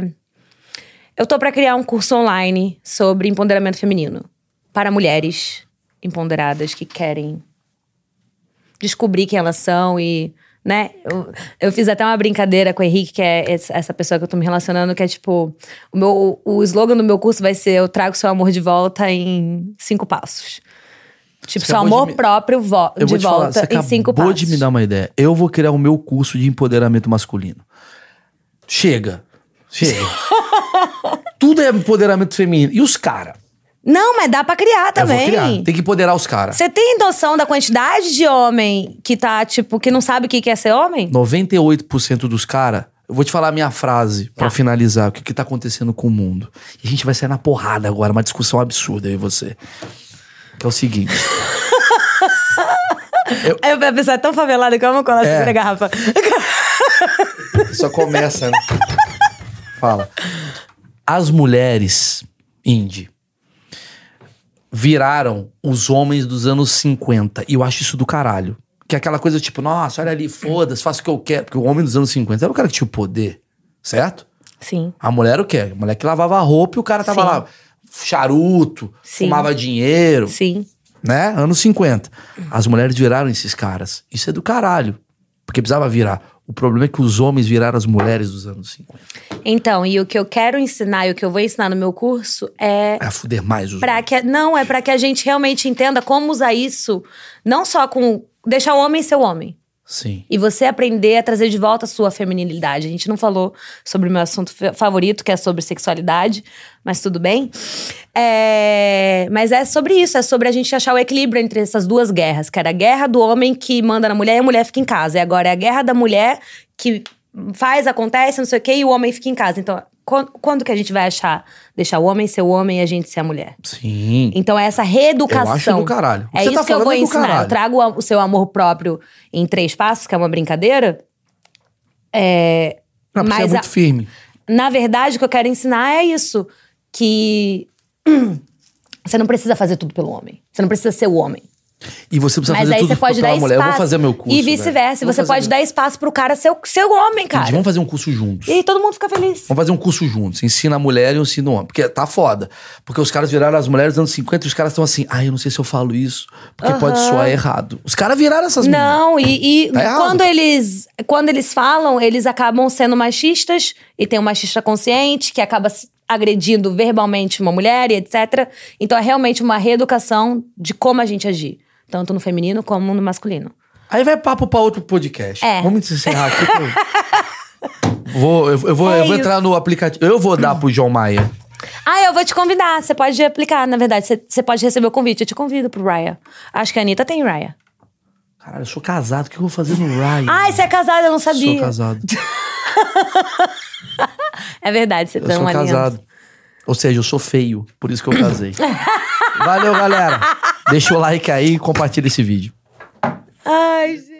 Eu tô pra criar um curso online sobre empoderamento feminino. Para mulheres empoderadas que querem descobrir quem elas são e, né? Eu, eu fiz até uma brincadeira com o Henrique, que é essa pessoa que eu tô me relacionando, que é tipo... O, meu, o slogan do meu curso vai ser: eu trago seu amor de volta em cinco passos. Tipo, você seu amor de me... próprio vo eu de falar, volta em cinco passos. Acabou de me dar uma ideia. Eu vou criar o meu curso de empoderamento masculino. Chega. Chega. Tudo é empoderamento feminino. E os caras? Não, mas dá pra criar também. Eu vou criar. Tem que empoderar os caras. Você tem noção da quantidade de homem que tá, tipo, que não sabe o que é ser homem? noventa e oito por cento dos caras... Eu vou te falar a minha frase pra ah. finalizar. O que que tá acontecendo com o mundo. E a gente vai sair na porrada agora. Uma discussão absurda, eu e você. Que é o seguinte... eu... Aí a pessoa é tão favelada que eu amo quando ela é. segura a garrafa. Só começa, né? Fala. As mulheres, Indy, viraram os homens dos anos cinquenta. E eu acho isso do caralho. Que é aquela coisa tipo, nossa, olha ali, foda-se, faço o que eu quero. Porque o homem dos anos cinquenta era o cara que tinha o poder, certo? Sim. A mulher era o quê? A mulher que lavava a roupa e o cara tava Sim. lá, charuto, Sim. fumava dinheiro. Sim. Né? Anos cinquenta. As mulheres viraram esses caras. Isso é do caralho. Porque precisava virar. O problema é que os homens viraram as mulheres dos anos cinquenta. Então, e o que eu quero ensinar e o que eu vou ensinar no meu curso é... É a fuder mais os Pra homens. que, não, é pra que a gente realmente entenda como usar isso. Não só com... Deixar o homem ser o homem. Sim. E você aprender a trazer de volta a sua feminilidade. A gente não falou sobre o meu assunto fa- favorito, que é sobre sexualidade. Mas tudo bem. É, mas é sobre isso. É sobre a gente achar o equilíbrio entre essas duas guerras. Que era a guerra do homem que manda na mulher e a mulher fica em casa. E agora é a guerra da mulher que faz, acontece, não sei o quê, e o homem fica em casa. Então, quando, quando que a gente vai achar... Deixar o homem ser o homem e a gente ser a mulher? Sim. Então, essa reeducação. Eu acho do caralho. O que É você isso tá que eu falando vou é do ensinar. caralho. Eu trago o seu amor próprio em três passos, que é uma brincadeira. É, Não, porque mas é muito a- firme. na verdade, o que eu quero ensinar é isso. Que você não precisa fazer tudo pelo homem. Você não precisa ser o homem. E você precisa Mas fazer aí tudo você pode pela dar mulher. espaço. Eu vou fazer meu curso, E vice-versa. velho. Você Vou pode fazer dar espaço pro cara ser o, ser o homem, cara. Gente, vamos fazer um curso juntos. E todo mundo fica feliz. Vamos fazer um curso juntos. Ensina a mulher e eu ensino o homem. Porque tá foda. Porque os caras viraram as mulheres dos anos cinquenta e os caras estão assim, ai, eu não sei se eu falo isso, porque pode soar errado. Os caras viraram essas meninas. Não, e, e Tá errado. quando, eles, quando eles falam, eles acabam sendo machistas. E tem um machista consciente que acaba se agredindo verbalmente uma mulher e etcétera. Então é realmente uma reeducação de como a gente agir. Tanto no feminino como no masculino. Aí vai papo pra outro podcast. É. Vamos encerrar aqui. que eu... vou, eu, eu vou, É eu vou isso. entrar no aplicativo. Eu vou dar pro João Maia. Ah, eu vou te convidar. Você pode aplicar, na verdade. Você, você pode receber o convite. Eu te convido pro Raya. Acho que a Anitta tem Raya. Caralho, eu sou casado. O que eu vou fazer no Ryan? Ai, você é casada, eu não sabia. Sou casado. É verdade, você Eu tem sou uma casado. Ou seja, eu sou feio. Por isso que eu casei. Valeu, galera. Deixa o like aí e compartilha esse vídeo. Ai, gente.